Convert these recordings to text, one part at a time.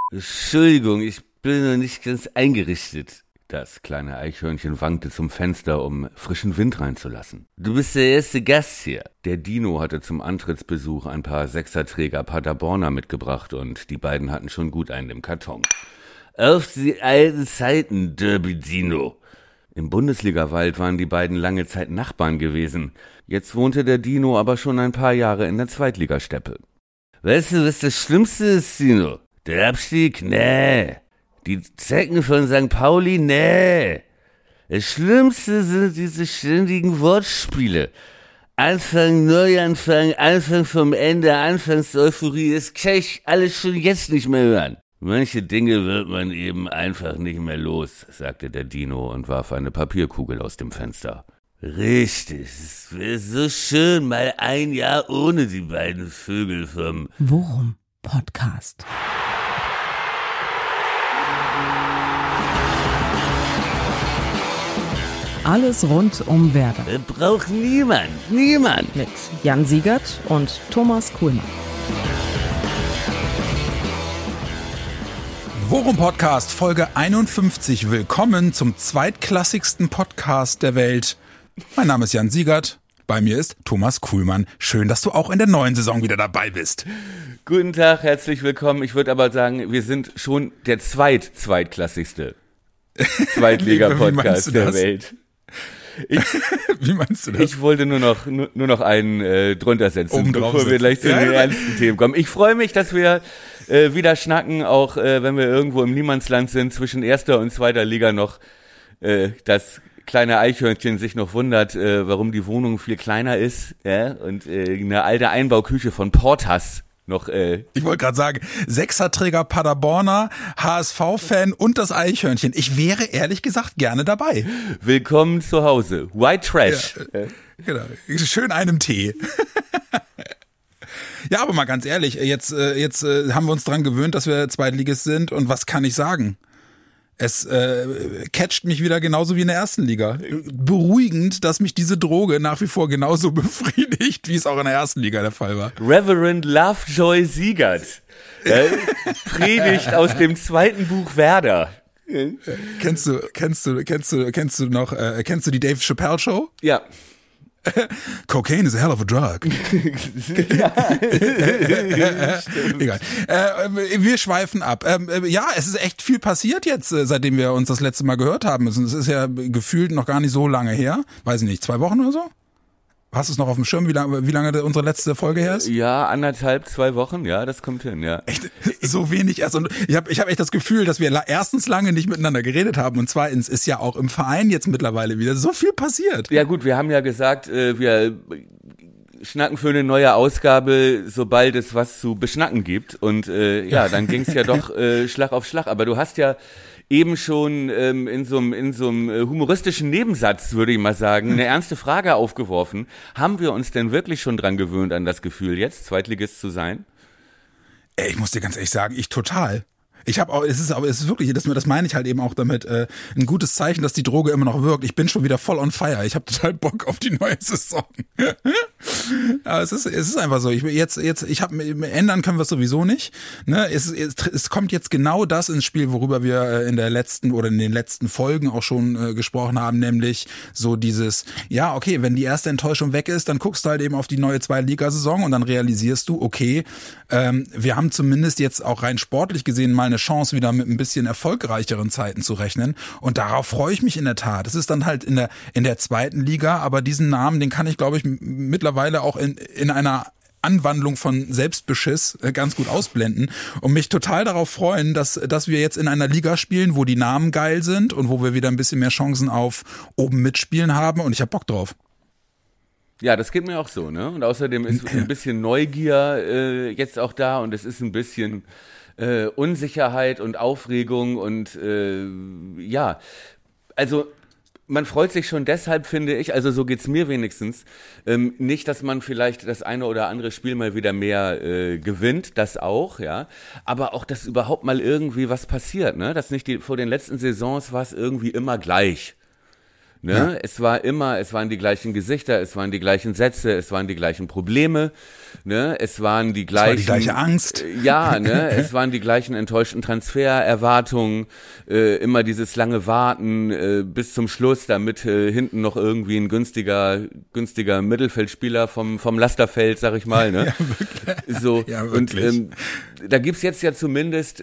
Entschuldigung, ich bin noch nicht ganz eingerichtet. Das kleine Eichhörnchen wankte zum Fenster, um frischen Wind reinzulassen. Du bist der erste Gast hier. Der Dino hatte zum Antrittsbesuch ein paar Sechserträger Paderborner mitgebracht und die beiden hatten schon gut einen im Karton. Auf die alten Zeiten, Derby Dino. Im Bundesligawald waren die beiden lange Zeit Nachbarn gewesen. Jetzt wohnte der Dino aber schon ein paar Jahre in der Zweitligasteppe. Weißt du, was das Schlimmste ist, Dino? Der Abstieg? Nee. Die Zecken von St. Pauli? Nee. Das Schlimmste sind diese ständigen Wortspiele. Anfang, Neuanfang, Anfang vom Ende, Anfangseuphorie, das kann ich alles schon jetzt nicht mehr hören. Manche Dinge wird man eben einfach nicht mehr los, sagte der Dino und warf eine Papierkugel aus dem Fenster. Richtig, es wäre so schön, mal ein Jahr ohne die beiden Vögel vom Worum Podcast. Alles rund um Werder. Braucht niemand. Mit Jan Siegert und Thomas Kuhlmann. Worum Podcast, Folge 51. Willkommen zum zweitklassigsten Podcast der Welt. Mein Name ist Jan Siegert, bei mir ist Thomas Kuhlmann. Schön, dass du auch in der neuen Saison wieder dabei bist. Guten Tag, herzlich willkommen. Ich würde aber sagen, wir sind schon der zweitklassigste Zweitliga-Podcast der Welt. Wie meinst du das? Ich wollte nur noch einen drunter setzen, bevor wir gleich zu den ernsten Themen kommen. Ich freue mich, dass wir wieder schnacken, auch wenn wir irgendwo im Niemandsland sind, zwischen erster und zweiter Liga noch das kleine Eichhörnchen sich noch wundert, warum die Wohnung viel kleiner ist, und eine alte Einbauküche von Portas noch. Ich wollte gerade sagen, Sechserträger Paderborner, HSV-Fan und das Eichhörnchen. Ich wäre ehrlich gesagt gerne dabei. Willkommen zu Hause. White Trash. Ja, genau. Schön einem Tee. Ja, aber mal ganz ehrlich, jetzt haben wir uns dran gewöhnt, dass wir Zweitligist sind, und was kann ich sagen? Es catcht mich wieder genauso wie in der ersten Liga. Beruhigend, dass mich diese Droge nach wie vor genauso befriedigt, wie es auch in der ersten Liga der Fall war. Reverend Lovejoy Siegert predigt aus dem zweiten Buch Werder. Kennst du die Dave Chappelle Show? Ja. Cocaine is a hell of a drug. Ja. Egal. Wir schweifen ab. Ja, es ist echt viel passiert jetzt, seitdem wir uns das letzte Mal gehört haben. Es ist ja gefühlt noch gar nicht so lange her. Weiß ich nicht, 2 Wochen oder so? Hast du es noch auf dem Schirm, wie lange unsere letzte Folge her ist? Ja, 1,5, 2 Wochen, ja, das kommt hin, ja. Echt? So wenig. Also ich hab echt das Gefühl, dass wir erstens lange nicht miteinander geredet haben, und zweitens ist ja auch im Verein jetzt mittlerweile wieder so viel passiert. Ja gut, wir haben ja gesagt, wir schnacken für eine neue Ausgabe, sobald es was zu beschnacken gibt. Und dann ging es ja doch Schlag auf Schlag. Aber du hast ja eben schon in so einem humoristischen Nebensatz, würde ich mal sagen, eine ernste Frage aufgeworfen. Haben wir uns denn wirklich schon dran gewöhnt an das Gefühl, jetzt Zweitligist zu sein? Ich muss dir ganz ehrlich sagen, ich total. Ich habe auch, es ist wirklich, das meine ich halt eben auch damit, ein gutes Zeichen, dass die Droge immer noch wirkt. Ich bin schon wieder voll on fire. Ich habe total Bock auf die neue Saison. Aber es ist einfach so. Ändern können wir es sowieso nicht. Ne? Es kommt jetzt genau das ins Spiel, worüber wir in den letzten Folgen auch schon gesprochen haben, nämlich so dieses, ja, okay, wenn die erste Enttäuschung weg ist, dann guckst du halt eben auf die neue Zweitligasaison und dann realisierst du, okay, wir haben zumindest jetzt auch rein sportlich gesehen mal eine Chance, wieder mit ein bisschen erfolgreicheren Zeiten zu rechnen. Und darauf freue ich mich in der Tat. Es ist dann halt in der zweiten Liga, aber diesen Namen, den kann ich, glaube ich, mittlerweile auch in einer Anwandlung von Selbstbeschiss ganz gut ausblenden und mich total darauf freuen, dass wir jetzt in einer Liga spielen, wo die Namen geil sind und wo wir wieder ein bisschen mehr Chancen auf oben mitspielen haben, und ich habe Bock drauf. Ja, das geht mir auch so, ne? Und außerdem ist ein bisschen Neugier jetzt auch da, und es ist ein bisschen Unsicherheit und Aufregung und also man freut sich schon deshalb, finde ich, also so geht's mir wenigstens, nicht, dass man vielleicht das eine oder andere Spiel mal wieder mehr gewinnt, das auch, ja, aber auch, dass überhaupt mal irgendwie was passiert, ne? Dass nicht vor den letzten Saisons war es irgendwie immer gleich. Ne? Ja. Es waren die gleichen Gesichter, es waren die gleichen Sätze, es waren die gleichen Probleme, ne? Es waren die gleichen. Es war die gleiche Angst. Ja, ne? Es waren die gleichen enttäuschten Transfererwartungen, immer dieses lange Warten bis zum Schluss, damit hinten noch irgendwie ein günstiger Mittelfeldspieler vom Lasterfeld, sag ich mal, ne? Ja, wirklich. So, Ja, und wirklich. da gibt's jetzt ja zumindest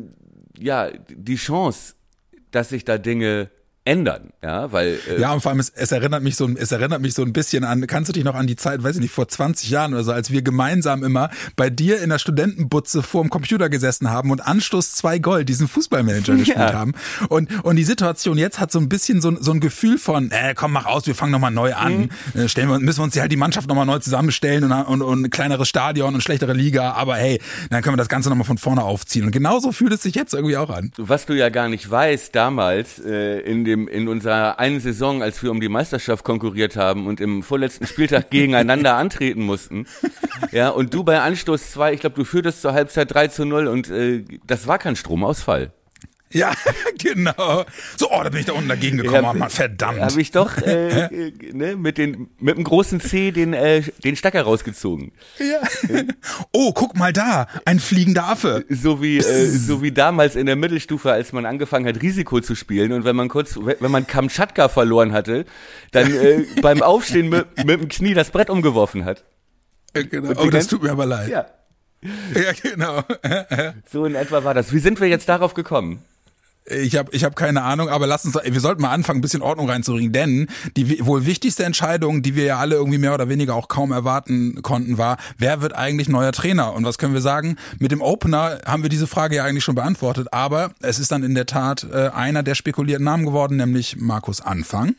die Chance, dass sich da Dinge ändern, ja, weil Ja, und vor allem, es erinnert mich so ein bisschen an, kannst du dich noch an die Zeit, weiß ich nicht, vor 20 Jahren oder so, als wir gemeinsam immer bei dir in der Studentenbutze vorm Computer gesessen haben und Anstoß 2 Gold, diesen Fußballmanager gespielt haben. Und die Situation jetzt hat so ein bisschen so ein Gefühl von, komm, mach aus, wir fangen nochmal neu an. Müssen wir uns halt die Mannschaft nochmal neu zusammenstellen und ein kleineres Stadion und schlechtere Liga, aber hey, dann können wir das Ganze nochmal von vorne aufziehen. Und genauso fühlt es sich jetzt irgendwie auch an. was du ja gar nicht weißt, damals in unserer einen Saison, als wir um die Meisterschaft konkurriert haben und im vorletzten Spieltag gegeneinander antreten mussten, ja, und du bei Anstoß 2, ich glaube, du führtest zur Halbzeit 3-0 und das war kein Stromausfall. Ja, genau. So, da bin ich da unten dagegen gekommen, Ja, Mann, verdammt. Habe ich doch mit dem großen C den Stecker rausgezogen. Ja. Oh, guck mal da, ein fliegender Affe. So wie damals in der Mittelstufe, als man angefangen hat, Risiko zu spielen und wenn man Kamtschatka verloren hatte, dann beim Aufstehen mit dem Knie das Brett umgeworfen hat. Genau. Oh, das tut mir aber leid. Ja, Ja, genau. so in etwa war das. Wie sind wir jetzt darauf gekommen? Ich hab keine Ahnung, aber wir sollten mal anfangen, ein bisschen Ordnung reinzubringen, denn die wohl wichtigste Entscheidung, die wir ja alle irgendwie mehr oder weniger auch kaum erwarten konnten, war, wer wird eigentlich neuer Trainer? Und was können wir sagen? Mit dem Opener haben wir diese Frage ja eigentlich schon beantwortet, aber es ist dann in der Tat einer der spekulierten Namen geworden, nämlich Markus Anfang.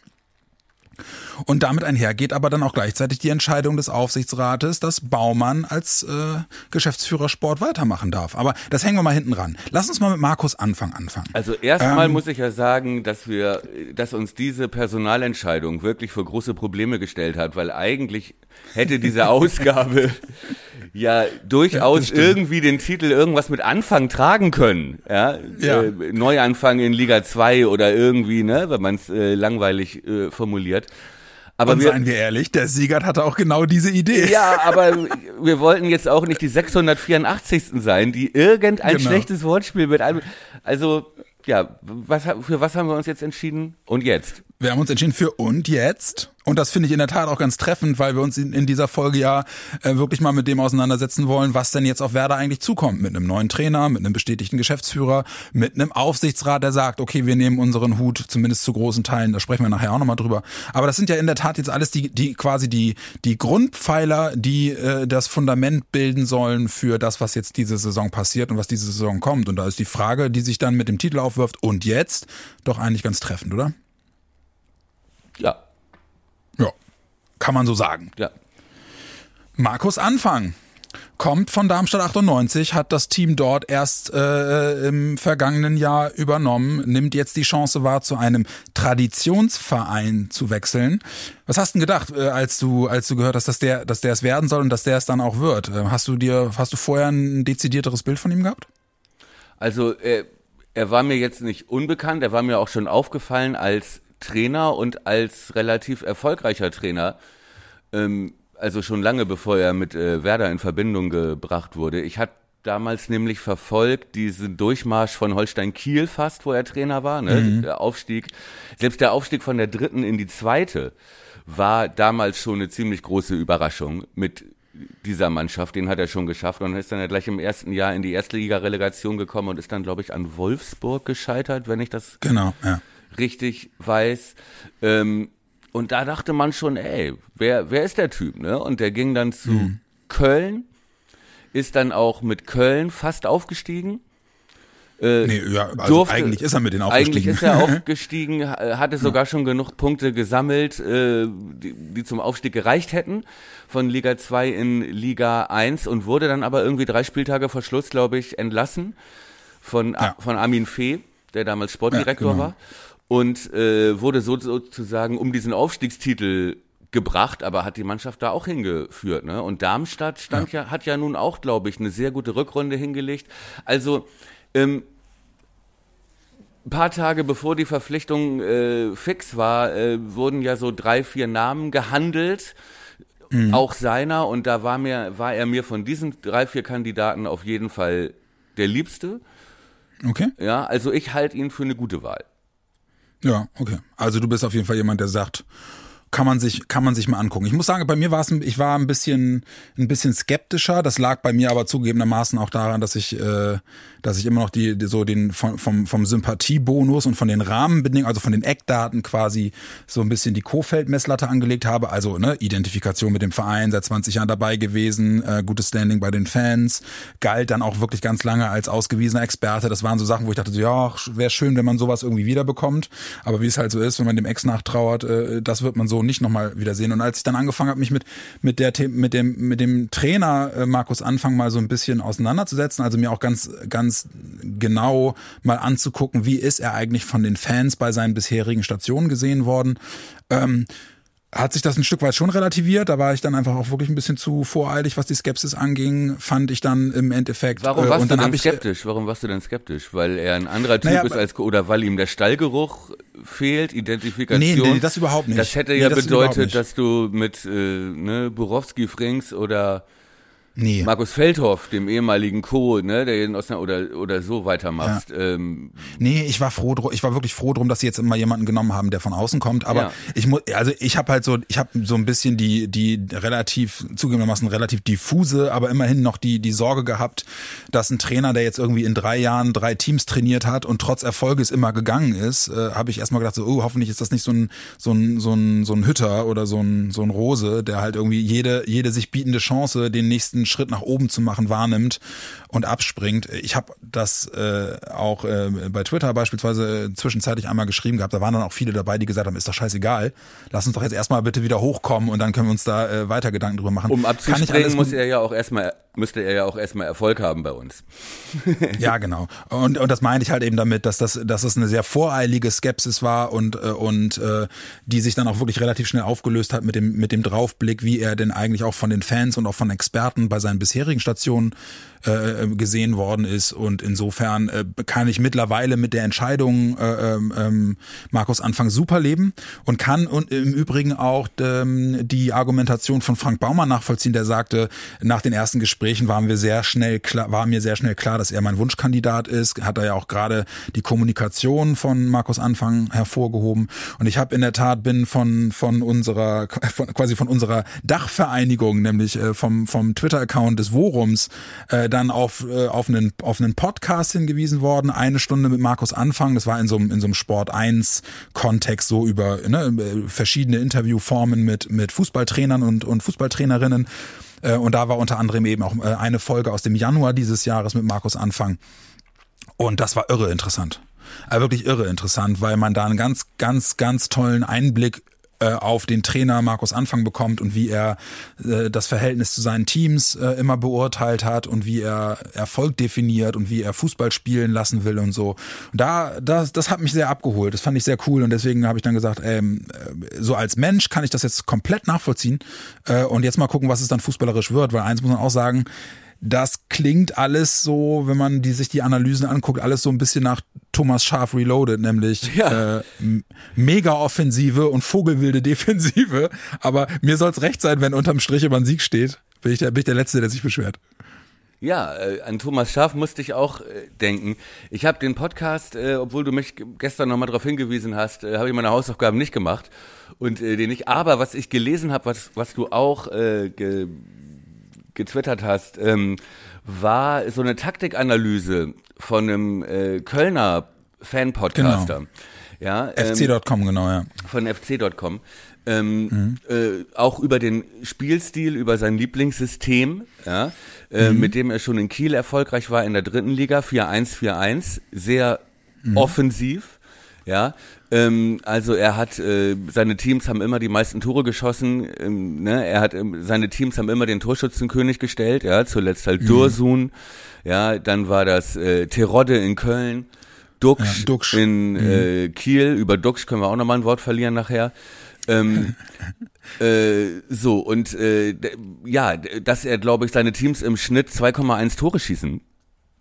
Und damit einhergeht aber dann auch gleichzeitig die Entscheidung des Aufsichtsrates, dass Baumann als Geschäftsführer Sport weitermachen darf. Aber das hängen wir mal hinten ran. Lass uns mal mit Markus anfangen. Also erstmal muss ich ja sagen, dass uns diese Personalentscheidung wirklich vor große Probleme gestellt hat, weil eigentlich hätte diese Ausgabe ja durchaus irgendwie den Titel irgendwas mit Anfang tragen können. Ja? Neuanfang in Liga 2 oder irgendwie, ne, wenn man es langweilig formuliert. Aber seien wir ehrlich, der Siegert hatte auch genau diese Idee. Ja, aber wir wollten jetzt auch nicht die 684. sein, die irgendein schlechtes Wortspiel mit einem, also, ja, für was haben wir uns jetzt entschieden? Und jetzt? Wir haben uns entschieden für und jetzt. Und das finde ich in der Tat auch ganz treffend, weil wir uns in dieser Folge ja wirklich mal mit dem auseinandersetzen wollen, was denn jetzt auf Werder eigentlich zukommt. Mit einem neuen Trainer, mit einem bestätigten Geschäftsführer, mit einem Aufsichtsrat, der sagt, okay, wir nehmen unseren Hut zumindest zu großen Teilen, da sprechen wir nachher auch nochmal drüber. Aber das sind ja in der Tat jetzt alles die quasi die Grundpfeiler, die das Fundament bilden sollen für das, was jetzt diese Saison passiert und was diese Saison kommt. Und da ist die Frage, die sich dann mit dem Titel aufwirft, und jetzt, doch eigentlich ganz treffend, oder? Ja. Ja, kann man so sagen. Ja. Markus Anfang kommt von Darmstadt 98, hat das Team dort erst im vergangenen Jahr übernommen, nimmt jetzt die Chance wahr, zu einem Traditionsverein zu wechseln. Was hast du denn gedacht, als du gehört hast, dass der es werden soll und dass der es dann auch wird? Hast du vorher ein dezidierteres Bild von ihm gehabt? Also er war mir jetzt nicht unbekannt, er war mir auch schon aufgefallen als Trainer und als relativ erfolgreicher Trainer, also schon lange bevor er mit Werder in Verbindung gebracht wurde. Ich hatte damals nämlich verfolgt diesen Durchmarsch von Holstein Kiel fast, wo er Trainer war, ne? Der Aufstieg, selbst der Aufstieg von der 3. in die 2. war damals schon eine ziemlich große Überraschung mit dieser Mannschaft. Den hat er schon geschafft und ist dann ja gleich im ersten Jahr in die Erstliga-Relegation gekommen und ist dann, glaube ich, an Wolfsburg gescheitert, wenn ich das richtig weiß. Und da dachte man schon, wer ist der Typ, ne? Und der ging dann zu Köln, ist dann auch mit Köln fast aufgestiegen. Eigentlich ist er mit denen aufgestiegen. Eigentlich ist er aufgestiegen, hatte sogar schon genug Punkte gesammelt, die zum Aufstieg gereicht hätten, von Liga 2 in Liga 1 und wurde dann aber irgendwie 3 Spieltage vor Schluss, glaube ich, entlassen von Armin Fee, der damals Sportdirektor war. Und wurde sozusagen um diesen Aufstiegstitel gebracht, aber hat die Mannschaft da auch hingeführt, ne? Und Darmstadt hat ja nun auch, glaube ich, eine sehr gute Rückrunde hingelegt. Also ein paar Tage bevor die Verpflichtung fix war, wurden ja so 3, 4 Namen gehandelt, auch seiner, und da war er mir von diesen 3, 4 Kandidaten auf jeden Fall der Liebste. Okay. Ja, also ich halte ihn für eine gute Wahl. Ja, okay. Also du bist auf jeden Fall jemand, der sagt, kann man sich mal angucken. Ich muss sagen, bei mir ich war ein bisschen skeptischer. Das lag bei mir aber zugegebenermaßen auch daran, dass ich immer noch vom Sympathiebonus und von den Rahmenbedingungen, also von den Eckdaten quasi so ein bisschen die Kohfeldt-Messlatte angelegt habe. Also Identifikation mit dem Verein, seit 20 Jahren dabei gewesen, gutes Standing bei den Fans, galt dann auch wirklich ganz lange als ausgewiesener Experte. Das waren so Sachen, wo ich dachte, so, ja, wäre schön, wenn man sowas irgendwie wiederbekommt. Aber wie es halt so ist, wenn man dem Ex nachtrauert, das wird man so nicht nochmal wiedersehen. Und als ich dann angefangen habe, mich mit dem Trainer Markus Anfang mal so ein bisschen auseinanderzusetzen, also mir auch ganz genau mal anzugucken, wie ist er eigentlich von den Fans bei seinen bisherigen Stationen gesehen worden, hat sich das ein Stück weit schon relativiert. Da war ich dann einfach auch wirklich ein bisschen zu voreilig, was die Skepsis anging, fand ich dann im Endeffekt. Warum warst du denn skeptisch? Warum warst du denn skeptisch? Weil er ein anderer Typ ist oder weil ihm der Stallgeruch fehlt, Identifikation? Nee, das überhaupt nicht. Das hätte ja bedeutet, dass du mit Borowski, Frings oder Markus Feldhoff, dem ehemaligen Co., der jeden oder so weitermachst. Ja. Ich war wirklich froh drum, dass sie jetzt immer jemanden genommen haben, der von außen kommt. Aber ich habe so ein bisschen die zugegebenermaßen relativ diffuse, aber immerhin noch die Sorge gehabt, dass ein Trainer, der jetzt irgendwie in 3 Jahren 3 Teams trainiert hat und trotz Erfolges immer gegangen ist, habe ich erstmal gedacht, hoffentlich ist das nicht so ein Hütter oder so ein Rose, der halt irgendwie jede sich bietende Chance, den nächsten Schritt nach oben zu machen, wahrnimmt und abspringt. Ich habe das auch bei Twitter beispielsweise zwischenzeitlich einmal geschrieben gehabt. Da waren dann auch viele dabei, die gesagt haben, ist doch scheißegal. Lass uns doch jetzt erstmal bitte wieder hochkommen und dann können wir uns da weiter Gedanken drüber machen. Um abzuspringen müsste er ja auch erstmal Erfolg haben bei uns. Ja, genau. Und das meinte ich halt eben damit, dass das eine sehr voreilige Skepsis war und die sich dann auch wirklich relativ schnell aufgelöst hat mit dem Draufblick, wie er denn eigentlich auch von den Fans und auch von Experten bei seinen bisherigen Stationen gesehen worden ist. Und insofern kann ich mittlerweile mit der Entscheidung Markus Anfang super leben und kann und im Übrigen auch die Argumentation von Frank Baumann nachvollziehen, der sagte, nach den ersten Gesprächen war mir sehr schnell klar, dass er mein Wunschkandidat ist. Hat er ja auch gerade die Kommunikation von Markus Anfang hervorgehoben. Und ich habe in der Tat von unserer Dachvereinigung, nämlich vom Twitter-Account des Vorums, dann auf einen Podcast hingewiesen worden, 1 Stunde mit Markus Anfang, das war in so einem Sport 1 Kontext, so über verschiedene Interviewformen mit Fußballtrainern und Fußballtrainerinnen, und da war unter anderem eben auch eine Folge aus dem Januar dieses Jahres mit Markus Anfang, und das war irre interessant, wirklich irre interessant, weil man da einen ganz, ganz, ganz tollen Einblick auf den Trainer Markus Anfang bekommt und wie er das Verhältnis zu seinen Teams immer beurteilt hat und wie er Erfolg definiert und wie er Fußball spielen lassen will und so. Und das hat mich sehr abgeholt, das fand ich sehr cool, und deswegen habe ich dann gesagt, so als Mensch kann ich das jetzt komplett nachvollziehen, und jetzt mal gucken, was es dann fußballerisch wird, weil eins muss man auch sagen, das klingt alles so, wenn man sich die Analysen anguckt, alles so ein bisschen nach Thomas Schaaf Reloaded, nämlich Mega-Offensive und vogelwilde Defensive. Aber mir soll's recht sein, wenn unterm Strich über einen Sieg steht. Bin ich der Letzte, der sich beschwert. Ja, an Thomas Schaaf musste ich auch denken. Ich habe den Podcast, obwohl du mich gestern nochmal darauf hingewiesen hast, habe ich meine Hausaufgaben nicht gemacht und den nicht. Aber was ich gelesen habe, was du auch getwittert hast, war so eine Taktikanalyse von einem Kölner Fan-Podcaster. Genau. Ja, FC.com, genau, ja. Von FC.com. Auch über den Spielstil, über sein Lieblingssystem, ja, mit dem er schon in Kiel erfolgreich war in der 3. Liga, 4-1-4-1, sehr offensiv, ja. Also er hat, seine Teams haben immer die meisten Tore geschossen, seine Teams haben immer den Torschützenkönig gestellt, ja, zuletzt halt Dursun, ja, dann war das Terodde in Köln, Duxch in Kiel, über Duxch können wir auch nochmal ein Wort verlieren nachher. Dass er, glaube ich, seine Teams im Schnitt 2,1 Tore schießen.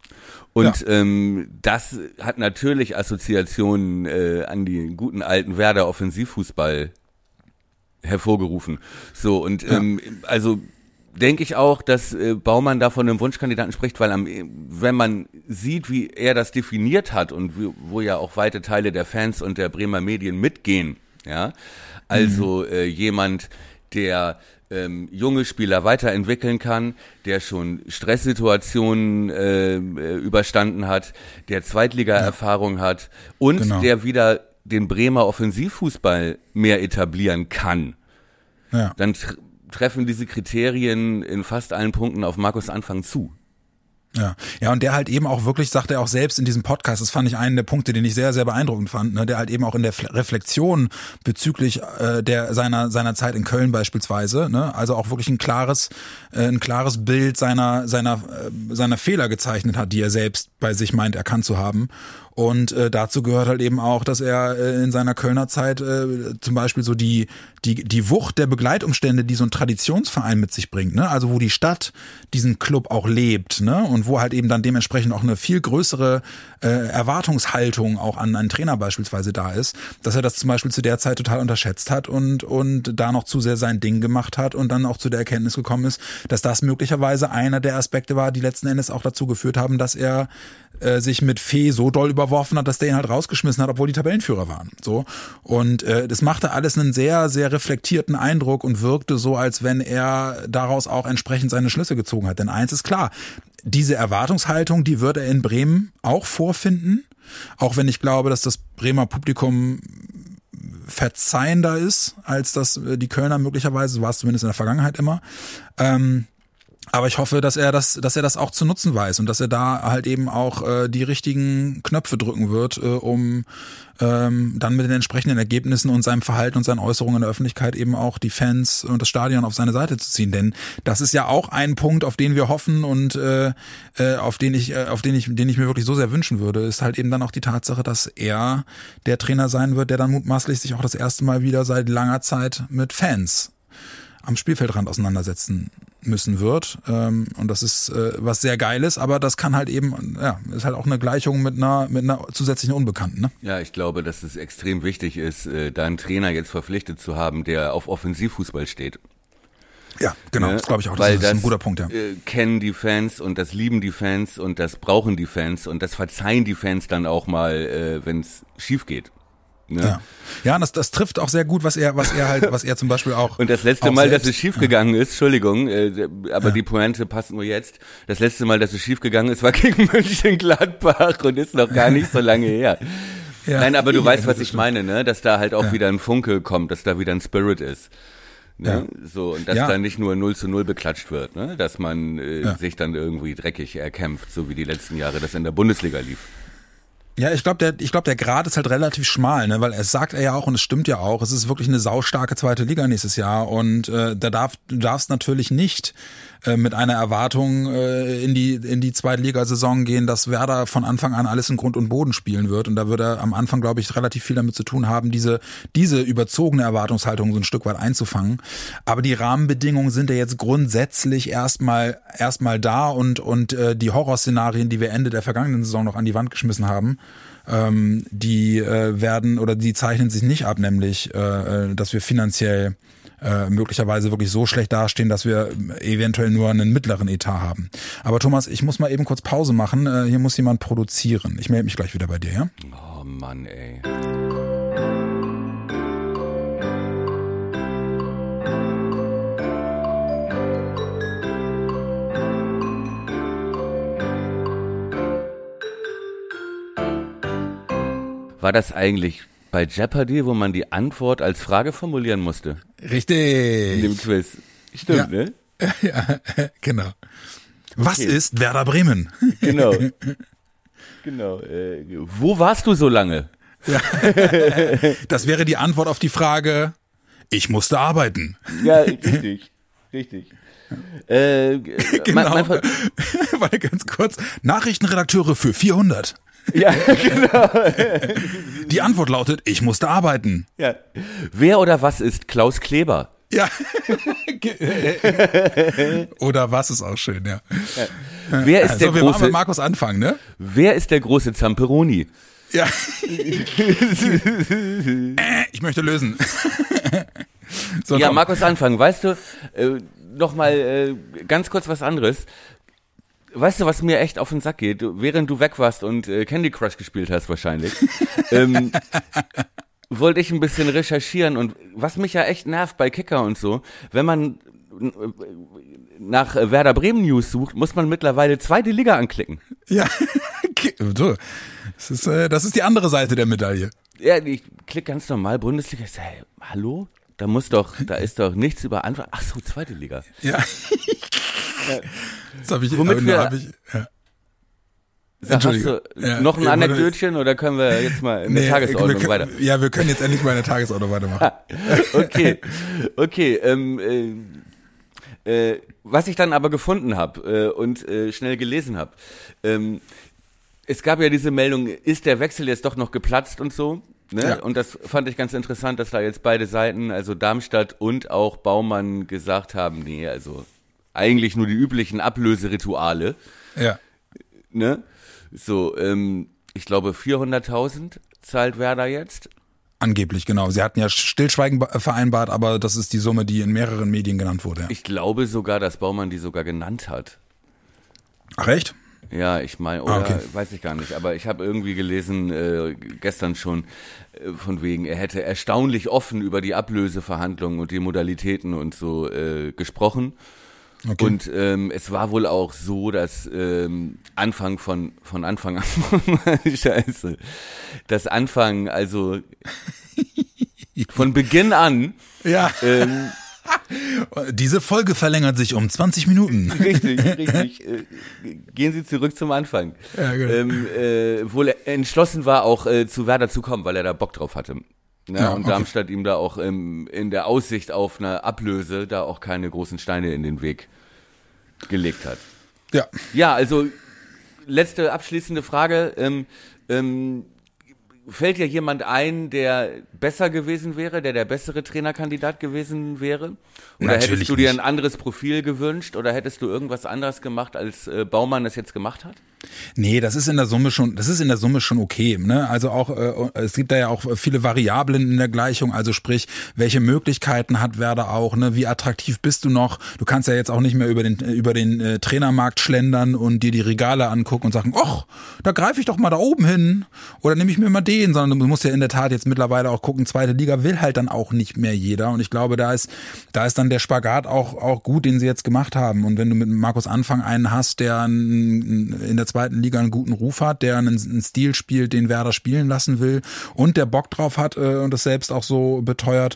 Und das hat natürlich Assoziationen an den guten alten Werder Offensivfußball hervorgerufen. So, und also denke ich auch, dass Baumann da von einem Wunschkandidaten spricht, weil wenn man sieht, wie er das definiert hat und wo ja auch weite Teile der Fans und der Bremer Medien mitgehen, ja, also jemand, der junge Spieler weiterentwickeln kann, der schon Stresssituationen überstanden hat, der Zweitliga-Erfahrung hat und der wieder den Bremer Offensivfußball mehr etablieren kann. Ja. Dann treffen diese Kriterien in fast allen Punkten auf Markus Anfang zu. Ja, und der halt eben auch wirklich, sagt er auch selbst in diesem Podcast, das fand ich einen der Punkte, den ich sehr, sehr beeindruckend fand, ne, der halt eben auch in der Reflexion bezüglich seiner Zeit in Köln beispielsweise, ne, also auch wirklich ein klares Bild seiner Fehler gezeichnet hat, die er selbst bei sich meint erkannt zu haben. Und dazu gehört halt eben auch, dass er in seiner Kölner Zeit zum Beispiel so die Wucht der Begleitumstände, die so ein Traditionsverein mit sich bringt, ne? Also wo die Stadt diesen Club auch lebt, ne? Und wo halt eben dann dementsprechend auch eine viel größere Erwartungshaltung auch an einen Trainer beispielsweise da ist, dass er das zum Beispiel zu der Zeit total unterschätzt hat und da noch zu sehr sein Ding gemacht hat und dann auch zu der Erkenntnis gekommen ist, dass das möglicherweise einer der Aspekte war, die letzten Endes auch dazu geführt haben, dass er sich mit Fee so doll überworfen hat, dass der ihn halt rausgeschmissen hat, obwohl die Tabellenführer waren. So. Und das machte alles einen sehr, sehr reflektierten Eindruck und wirkte so, als wenn er daraus auch entsprechend seine Schlüsse gezogen hat. Denn eins ist klar, diese Erwartungshaltung, die wird er in Bremen auch vorfinden, auch wenn ich glaube, dass das Bremer Publikum verzeihender ist, als das die Kölner möglicherweise, so war es zumindest in der Vergangenheit immer. Aber ich hoffe, dass er das auch zu nutzen weiß und dass er da halt eben auch die richtigen Knöpfe drücken wird, um dann mit den entsprechenden Ergebnissen und seinem Verhalten und seinen Äußerungen in der Öffentlichkeit eben auch die Fans und das Stadion auf seine Seite zu ziehen. Denn das ist ja auch ein Punkt, auf den wir hoffen und den ich mir wirklich so sehr wünschen würde, ist halt eben dann auch die Tatsache, dass er der Trainer sein wird, der dann mutmaßlich sich auch das erste Mal wieder seit langer Zeit mit Fans am Spielfeldrand auseinandersetzen müssen wird. Und das ist was sehr Geiles, aber das kann halt eben, ist halt auch eine Gleichung mit einer zusätzlichen Unbekannten. Ne? Ja, ich glaube, dass es extrem wichtig ist, da einen Trainer jetzt verpflichtet zu haben, der auf Offensivfußball steht. Ja, genau, das glaube ich auch. Das ist ein guter Punkt, ja. Kennen die Fans und das lieben die Fans und das brauchen die Fans und das verzeihen die Fans dann auch mal, wenn es schief geht. Ne? Ja, und das trifft auch sehr gut, was er zum Beispiel auch. Und das letzte Mal, dass es schiefgegangen ist, Entschuldigung, aber die Pointe passt nur jetzt. Das letzte Mal, dass es schiefgegangen ist, war gegen Mönchengladbach und ist noch gar nicht so lange her. Ja. Nein, aber du weißt, was ich meine, ne? Dass da halt auch wieder ein Funke kommt, dass da wieder ein Spirit ist. Ne? Ja. So, und dass da nicht nur 0:0 beklatscht wird, ne? Dass man sich dann irgendwie dreckig erkämpft, so wie die letzten Jahre das in der Bundesliga lief. Ja, ich glaube, der Grad ist halt relativ schmal, ne, weil es sagt er ja auch und es stimmt ja auch, es ist wirklich eine saustarke zweite Liga nächstes Jahr und du darfst natürlich nicht mit einer Erwartung in die Zweitligasaison gehen, dass Werder von Anfang an alles in Grund und Boden spielen wird und da wird er am Anfang, glaube ich, relativ viel damit zu tun haben, diese überzogene Erwartungshaltung so ein Stück weit einzufangen. Aber die Rahmenbedingungen sind ja jetzt grundsätzlich erstmal da und die Horrorszenarien, die wir Ende der vergangenen Saison noch an die Wand geschmissen haben, die zeichnen sich nicht ab, nämlich dass wir finanziell möglicherweise wirklich so schlecht dastehen, dass wir eventuell nur einen mittleren Etat haben. Aber Thomas, ich muss mal eben kurz Pause machen. Hier muss jemand produzieren. Ich melde mich gleich wieder bei dir, ja? Oh Mann, ey. War das eigentlich bei Jeopardy, wo man die Antwort als Frage formulieren musste? Richtig. In dem Quiz. Stimmt, ne? Ja, genau. Okay. Was ist Werder Bremen? Genau. Wo warst du so lange? Ja. Das wäre die Antwort auf die Frage, ich musste arbeiten. Ja, richtig. Genau. Warte ganz kurz. Nachrichtenredakteure für 400. Ja, genau. Die Antwort lautet, ich musste arbeiten. Ja. Wer oder was ist Klaus Kleber? Ja. Oder was ist auch schön, ja. Wer ist der wir machen große, mit Markus anfangen, ne? wer ist der große Zamperoni? Ja. Ich möchte lösen. So, Ja, komm. Markus anfangen, weißt du, nochmal ganz kurz was anderes. Weißt du, was mir echt auf den Sack geht? Während du weg warst und Candy Crush gespielt hast wahrscheinlich, wollte ich ein bisschen recherchieren und was mich ja echt nervt bei Kicker und so, wenn man nach Werder Bremen News sucht, muss man mittlerweile zweite Liga anklicken. Ja. So. Das ist die andere Seite der Medaille. Ja, ich klicke ganz normal Bundesliga, ich sage, hey, hallo? Da ist doch nichts über Anfang. Ach so, zweite Liga. Ja. Das habe ich, Womit wir- ja. Hast du Ja, noch ein ich wollte- Anekdötchen oder können wir jetzt mal in der Tagesordnung wir weiter? können, ja, wir können jetzt endlich mal in der Tagesordnung weitermachen. Okay. Was ich dann aber gefunden habe und schnell gelesen habe, es gab ja diese Meldung, ist der Wechsel jetzt doch noch geplatzt und so, ne? Ja. Und das fand ich ganz interessant, dass da jetzt beide Seiten, also Darmstadt und auch Baumann, gesagt haben, nee, also eigentlich nur die üblichen Ablöserituale, Ja. ne? So, ich glaube 400.000 zahlt Werder jetzt. Angeblich, genau. Sie hatten ja Stillschweigen vereinbart, aber das ist die Summe, die in mehreren Medien genannt wurde. Ja. Ich glaube sogar, dass Baumann die sogar genannt hat. Ach, echt? Ja, ich meine, oder okay. weiß ich gar nicht, aber ich habe irgendwie gelesen, gestern schon, von wegen, er hätte erstaunlich offen über die Ablöseverhandlungen und die Modalitäten und so gesprochen. Okay. Und es war wohl auch so, dass Anfang an, Scheiße, das Anfang, also von Beginn an, Ja. Diese Folge verlängert sich um 20 Minuten. richtig, gehen Sie zurück zum Anfang. Ja, gut. Wohl entschlossen war, auch zu Werder zu kommen, weil er da Bock drauf hatte. Ne? Ja, und okay. Darmstadt ihm da auch in der Aussicht auf eine Ablöse da auch keine großen Steine in den Weg gelegt hat. Ja. Ja, also letzte abschließende Frage. Fällt dir jemand ein, der besser gewesen wäre, der bessere Trainerkandidat gewesen wäre? Oder Natürlich hättest du dir nicht. ein anderes Profil gewünscht oder hättest du irgendwas anderes gemacht, als Baumann das jetzt gemacht hat? Nee, das ist in der Summe schon okay, ne? Also auch es gibt da ja auch viele Variablen in der Gleichung, also sprich, welche Möglichkeiten hat Werder auch, ne? Wie attraktiv bist du noch? Du kannst ja jetzt auch nicht mehr über den Trainermarkt schlendern und dir die Regale angucken und sagen, ach, da greife ich doch mal da oben hin oder nehme ich mir mal den, sondern du musst ja in der Tat jetzt mittlerweile auch gucken, zweite Liga will halt dann auch nicht mehr jeder und ich glaube, da ist dann der Spagat auch gut, den sie jetzt gemacht haben und wenn du mit Markus Anfang einen hast, der in der zweiten Liga einen guten Ruf hat, der einen Stil spielt, den Werder spielen lassen will und der Bock drauf hat und das selbst auch so beteuert,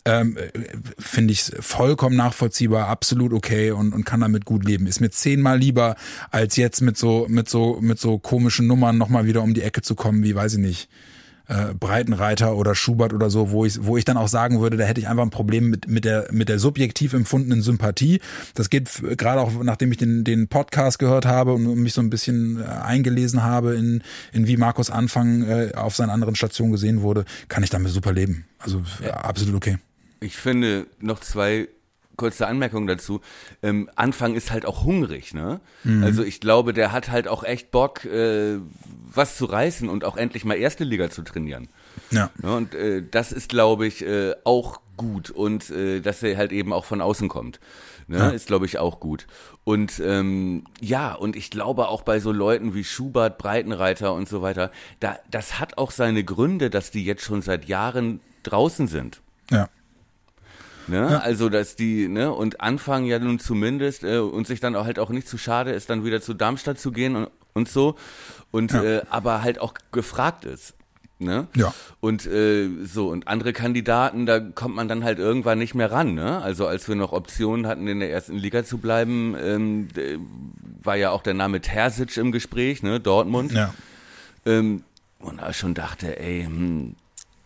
finde ich vollkommen nachvollziehbar, absolut okay und kann damit gut leben. Ist mir 10-mal lieber, als jetzt mit so komischen Nummern nochmal wieder um die Ecke zu kommen, wie, weiß ich nicht, Breitenreiter oder Schubert oder so, wo ich dann auch sagen würde, da hätte ich einfach ein Problem mit der subjektiv empfundenen Sympathie. Das geht gerade auch, nachdem ich den Podcast gehört habe und mich so ein bisschen eingelesen habe in wie Markus Anfang auf seinen anderen Stationen gesehen wurde, kann ich damit super leben. Also absolut okay. Ich finde noch zwei kurze Anmerkungen dazu. Anfang ist halt auch hungrig, ne? Also ich glaube, der hat halt auch echt Bock, was zu reißen und auch endlich mal erste Liga zu trainieren. Ja. Ja, und das ist, glaube ich, auch gut und dass er halt eben auch von außen kommt. Ne? Ja. Ist, glaube ich, auch gut. Und und ich glaube auch bei so Leuten wie Schubert, Breitenreiter und so weiter, das hat auch seine Gründe, dass die jetzt schon seit Jahren draußen sind. Ja. Ne? Ja. Also, dass die, ne, und anfangen ja nun zumindest und sich dann auch halt auch nicht zu schade ist, dann wieder zu Darmstadt zu gehen und so. Und aber halt auch gefragt ist. Ne? Ja. Und und andere Kandidaten, da kommt man dann halt irgendwann nicht mehr ran, ne? Also als wir noch Optionen hatten, in der ersten Liga zu bleiben, war ja auch der Name Terzic im Gespräch, ne? Dortmund. Ja. Und da schon dachte, ey,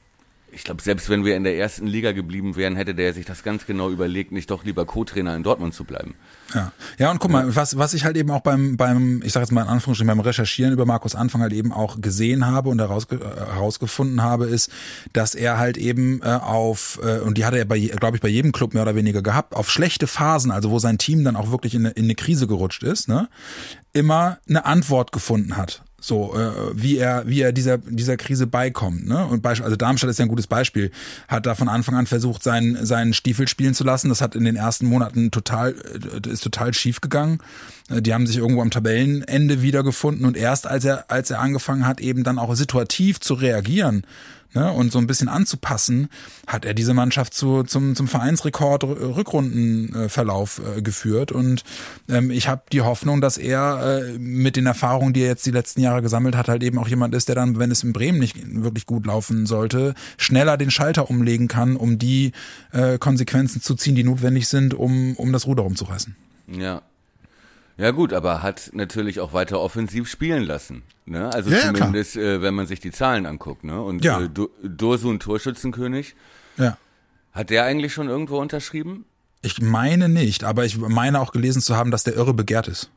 Ich glaube, selbst wenn wir in der ersten Liga geblieben wären, hätte der sich das ganz genau überlegt, nicht doch lieber Co-Trainer in Dortmund zu bleiben. Ja, und guck mal, was ich halt eben auch beim, ich sag jetzt mal in Anführungsstrichen, beim Recherchieren über Markus Anfang halt eben auch gesehen habe und herausgefunden habe, ist, dass er halt eben und die hat er glaube ich, bei jedem Club mehr oder weniger gehabt, auf schlechte Phasen, also wo sein Team dann auch wirklich in eine Krise gerutscht ist, ne, immer eine Antwort gefunden hat. So, wie er dieser Krise beikommt, ne? Und also Darmstadt ist ja ein gutes Beispiel. Hat da von Anfang an versucht, seinen Stiefel spielen zu lassen. Das hat in den ersten Monaten total schief gegangen. Die haben sich irgendwo am Tabellenende wiedergefunden und erst als er angefangen hat, eben dann auch situativ zu reagieren, ne, und so ein bisschen anzupassen, hat er diese Mannschaft zum Vereinsrekord Rückrundenverlauf geführt. Und ich habe die Hoffnung, dass er mit den Erfahrungen, die er jetzt die letzten Jahre gesammelt hat, halt eben auch jemand ist, der dann, wenn es in Bremen nicht wirklich gut laufen sollte, schneller den Schalter umlegen kann, um die Konsequenzen zu ziehen, die notwendig sind, um das Ruder rumzureißen. Ja. Ja gut, aber hat natürlich auch weiter offensiv spielen lassen. Ne? Also ja, zumindest, wenn man sich die Zahlen anguckt. Ne? Und ja. Dursun, Torschützenkönig, ja. Hat der eigentlich schon irgendwo unterschrieben? Ich meine nicht, aber ich meine auch gelesen zu haben, dass der irre begehrt ist.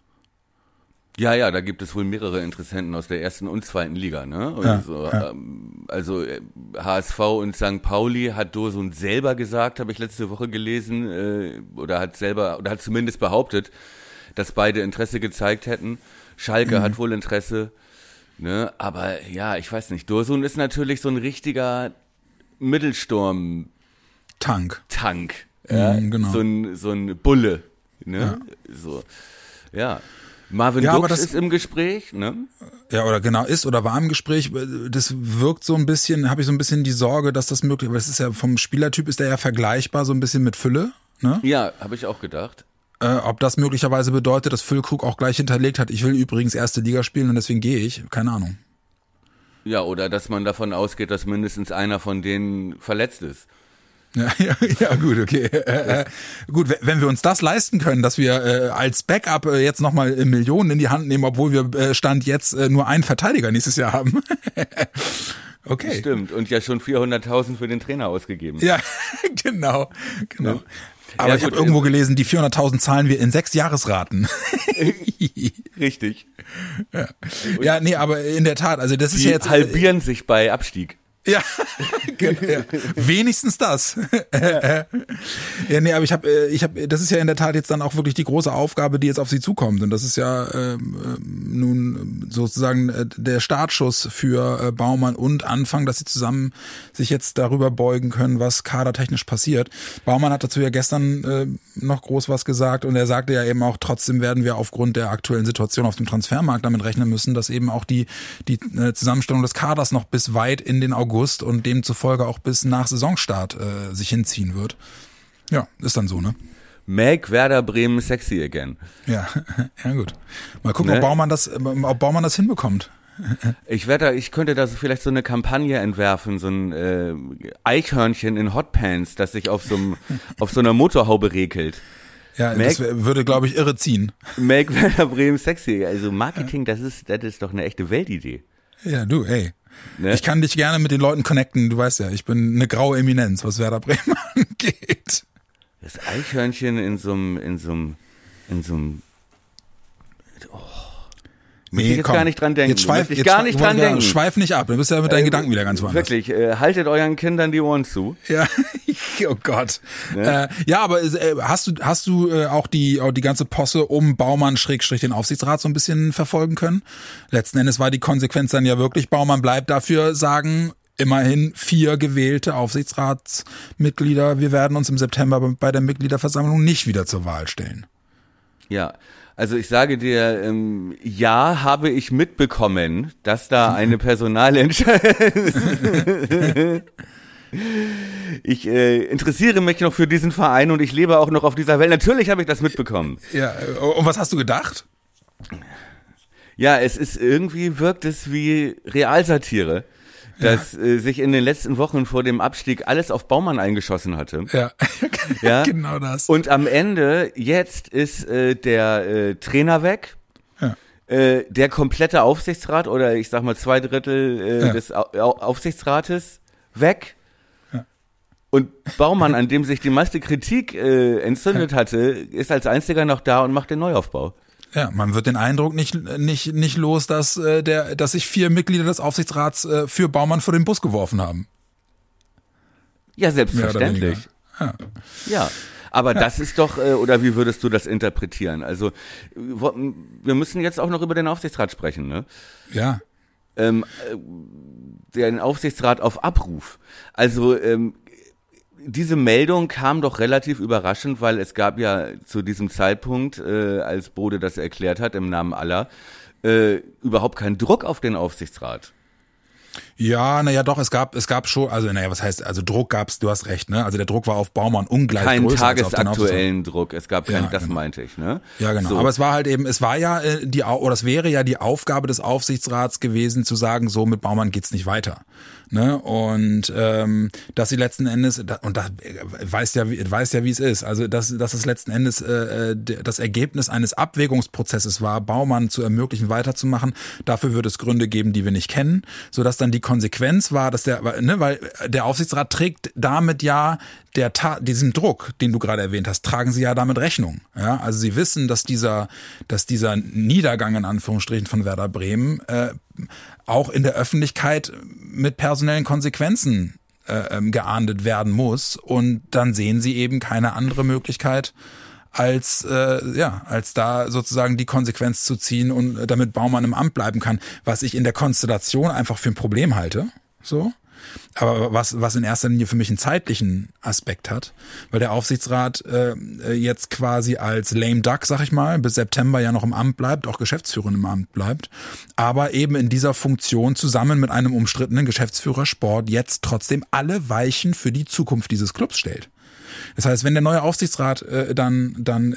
Ja, da gibt es wohl mehrere Interessenten aus der ersten und zweiten Liga. Ne? Und ja, so, ja. Also HSV und St. Pauli hat Dursun selber gesagt, habe ich letzte Woche gelesen, oder hat zumindest behauptet, dass beide Interesse gezeigt hätten. Schalke hat wohl Interesse, ne? Aber ja, ich weiß nicht. Dursun ist natürlich so ein richtiger Mittelsturm-Tank. Ja? Genau. So ein Bulle, ne? Ja. So, ja. Marvin Duksch ist im Gespräch, ne? Ja, oder genau ist oder war im Gespräch. Das wirkt so ein bisschen, habe ich so ein bisschen die Sorge, dass das möglich ist. Aber es ist ja vom Spielertyp ist er ja vergleichbar, so ein bisschen mit Fülle, ne? Ja, habe ich auch gedacht. Ob das möglicherweise bedeutet, dass Füllkrug auch gleich hinterlegt hat, ich will übrigens erste Liga spielen und deswegen gehe ich, keine Ahnung. Ja, oder dass man davon ausgeht, dass mindestens einer von denen verletzt ist. Ja, gut, okay. Gut, wenn wir uns das leisten können, dass wir als Backup jetzt nochmal Millionen in die Hand nehmen, obwohl wir Stand jetzt nur einen Verteidiger nächstes Jahr haben. Okay. Stimmt, und ja schon 400.000 für den Trainer ausgegeben. Ja, genau. Ja. Aber ja, ich habe irgendwo gelesen, die 400.000 zahlen wir in 6 Jahresraten. Richtig. Ja, nee, aber in der Tat, also das ist ja jetzt halbieren sich bei Abstieg. Ja, ja, wenigstens das. Ja, nee, aber ich hab, das ist ja in der Tat jetzt dann auch wirklich die große Aufgabe, die jetzt auf sie zukommt. Und das ist ja nun sozusagen der Startschuss für Baumann und Anfang, dass sie zusammen sich jetzt darüber beugen können, was kadertechnisch passiert. Baumann hat dazu ja gestern noch groß was gesagt und er sagte ja eben auch, trotzdem werden wir aufgrund der aktuellen Situation auf dem Transfermarkt damit rechnen müssen, dass eben auch die Zusammenstellung des Kaders noch bis weit in den August und demzufolge auch bis nach Saisonstart sich hinziehen wird. Ja, ist dann so, ne? Make Werder Bremen sexy again. Ja, ja gut. Mal gucken, ob Baumann das hinbekommt. Ich könnte da vielleicht so eine Kampagne entwerfen, so ein Eichhörnchen in Hotpants, das sich auf so einer Motorhaube regelt. Ja, das würde, glaube ich, irre ziehen. Make Werder Bremen sexy. Also Marketing, das ist doch eine echte Weltidee. Ja, du, ey. Ne? Ich kann dich gerne mit den Leuten connecten, du weißt ja, ich bin eine graue Eminenz, was Werder Bremen angeht. Das Eichhörnchen in so einem Nee, jetzt gar nicht dran denken. Schweif nicht ab, du bist ja mit deinen Gedanken wieder ganz woanders. Wirklich, haltet euren Kindern die Ohren zu. Ja, oh Gott. Ne? Ja, aber hast du auch die ganze Posse um Baumann / den Aufsichtsrat so ein bisschen verfolgen können? Letzten Endes war die Konsequenz dann ja wirklich, Baumann bleibt dafür, sagen immerhin 4 gewählte Aufsichtsratsmitglieder. Wir werden uns im September bei der Mitgliederversammlung nicht wieder zur Wahl stellen. Ja. Also ich sage dir, ja, habe ich mitbekommen, dass da eine Personalentscheidung. Ich interessiere mich noch für diesen Verein und ich lebe auch noch auf dieser Welt. Natürlich habe ich das mitbekommen. Ja, und was hast du gedacht? Ja, wirkt es wie Realsatire, dass sich in den letzten Wochen vor dem Abstieg alles auf Baumann eingeschossen hatte. Ja, genau das. Und am Ende, jetzt ist der Trainer weg, der komplette Aufsichtsrat oder ich sag mal 2/3 des Aufsichtsrates weg. Und Baumann, an dem sich die meiste Kritik entzündet hatte, ist als einziger noch da und macht den Neuaufbau. Ja, man wird den Eindruck nicht los, dass sich 4 Mitglieder des Aufsichtsrats für Baumann vor den Bus geworfen haben. Ja, selbstverständlich. Ja. Aber das ist doch, oder wie würdest du das interpretieren? Also, wir müssen jetzt auch noch über den Aufsichtsrat sprechen, ne? Ja. Den Aufsichtsrat auf Abruf. Also, diese Meldung kam doch relativ überraschend, weil es gab ja zu diesem Zeitpunkt, als Bode das erklärt hat, im Namen aller, überhaupt keinen Druck auf den Aufsichtsrat. Ja, doch, es gab schon, was heißt, Druck gab's, du hast recht, ne? Also der Druck war auf Baumann ungleich größer. Keinen tagesaktuellen Druck, es gab keinen, das genau. meinte ich, ne? Ja, genau. So. Aber es war halt eben, es wäre ja die Aufgabe des Aufsichtsrats gewesen, zu sagen, so mit Baumann geht's nicht weiter. Ne? Und dass sie letzten Endes, und das weiß ja, wie es ist, also dass es letzten Endes das Ergebnis eines Abwägungsprozesses war, Baumann zu ermöglichen, weiterzumachen. Dafür wird es Gründe geben, die wir nicht kennen, sodass dann die Konsequenz war, dass weil der Aufsichtsrat trägt damit ja diesem Druck, den du gerade erwähnt hast, tragen sie ja damit Rechnung. Ja, also sie wissen, dass dieser Niedergang in Anführungsstrichen von Werder Bremen auch in der Öffentlichkeit mit personellen Konsequenzen geahndet werden muss, und dann sehen sie eben keine andere Möglichkeit, als da sozusagen die Konsequenz zu ziehen und damit Baumann im Amt bleiben kann, was ich in der Konstellation einfach für ein Problem halte. So. Aber was in erster Linie für mich einen zeitlichen Aspekt hat, weil der Aufsichtsrat jetzt quasi als lame duck, sag ich mal, bis September ja noch im Amt bleibt, auch Geschäftsführer im Amt bleibt, aber eben in dieser Funktion zusammen mit einem umstrittenen Geschäftsführer Sport jetzt trotzdem alle Weichen für die Zukunft dieses Clubs stellt. Das heißt, wenn der neue Aufsichtsrat dann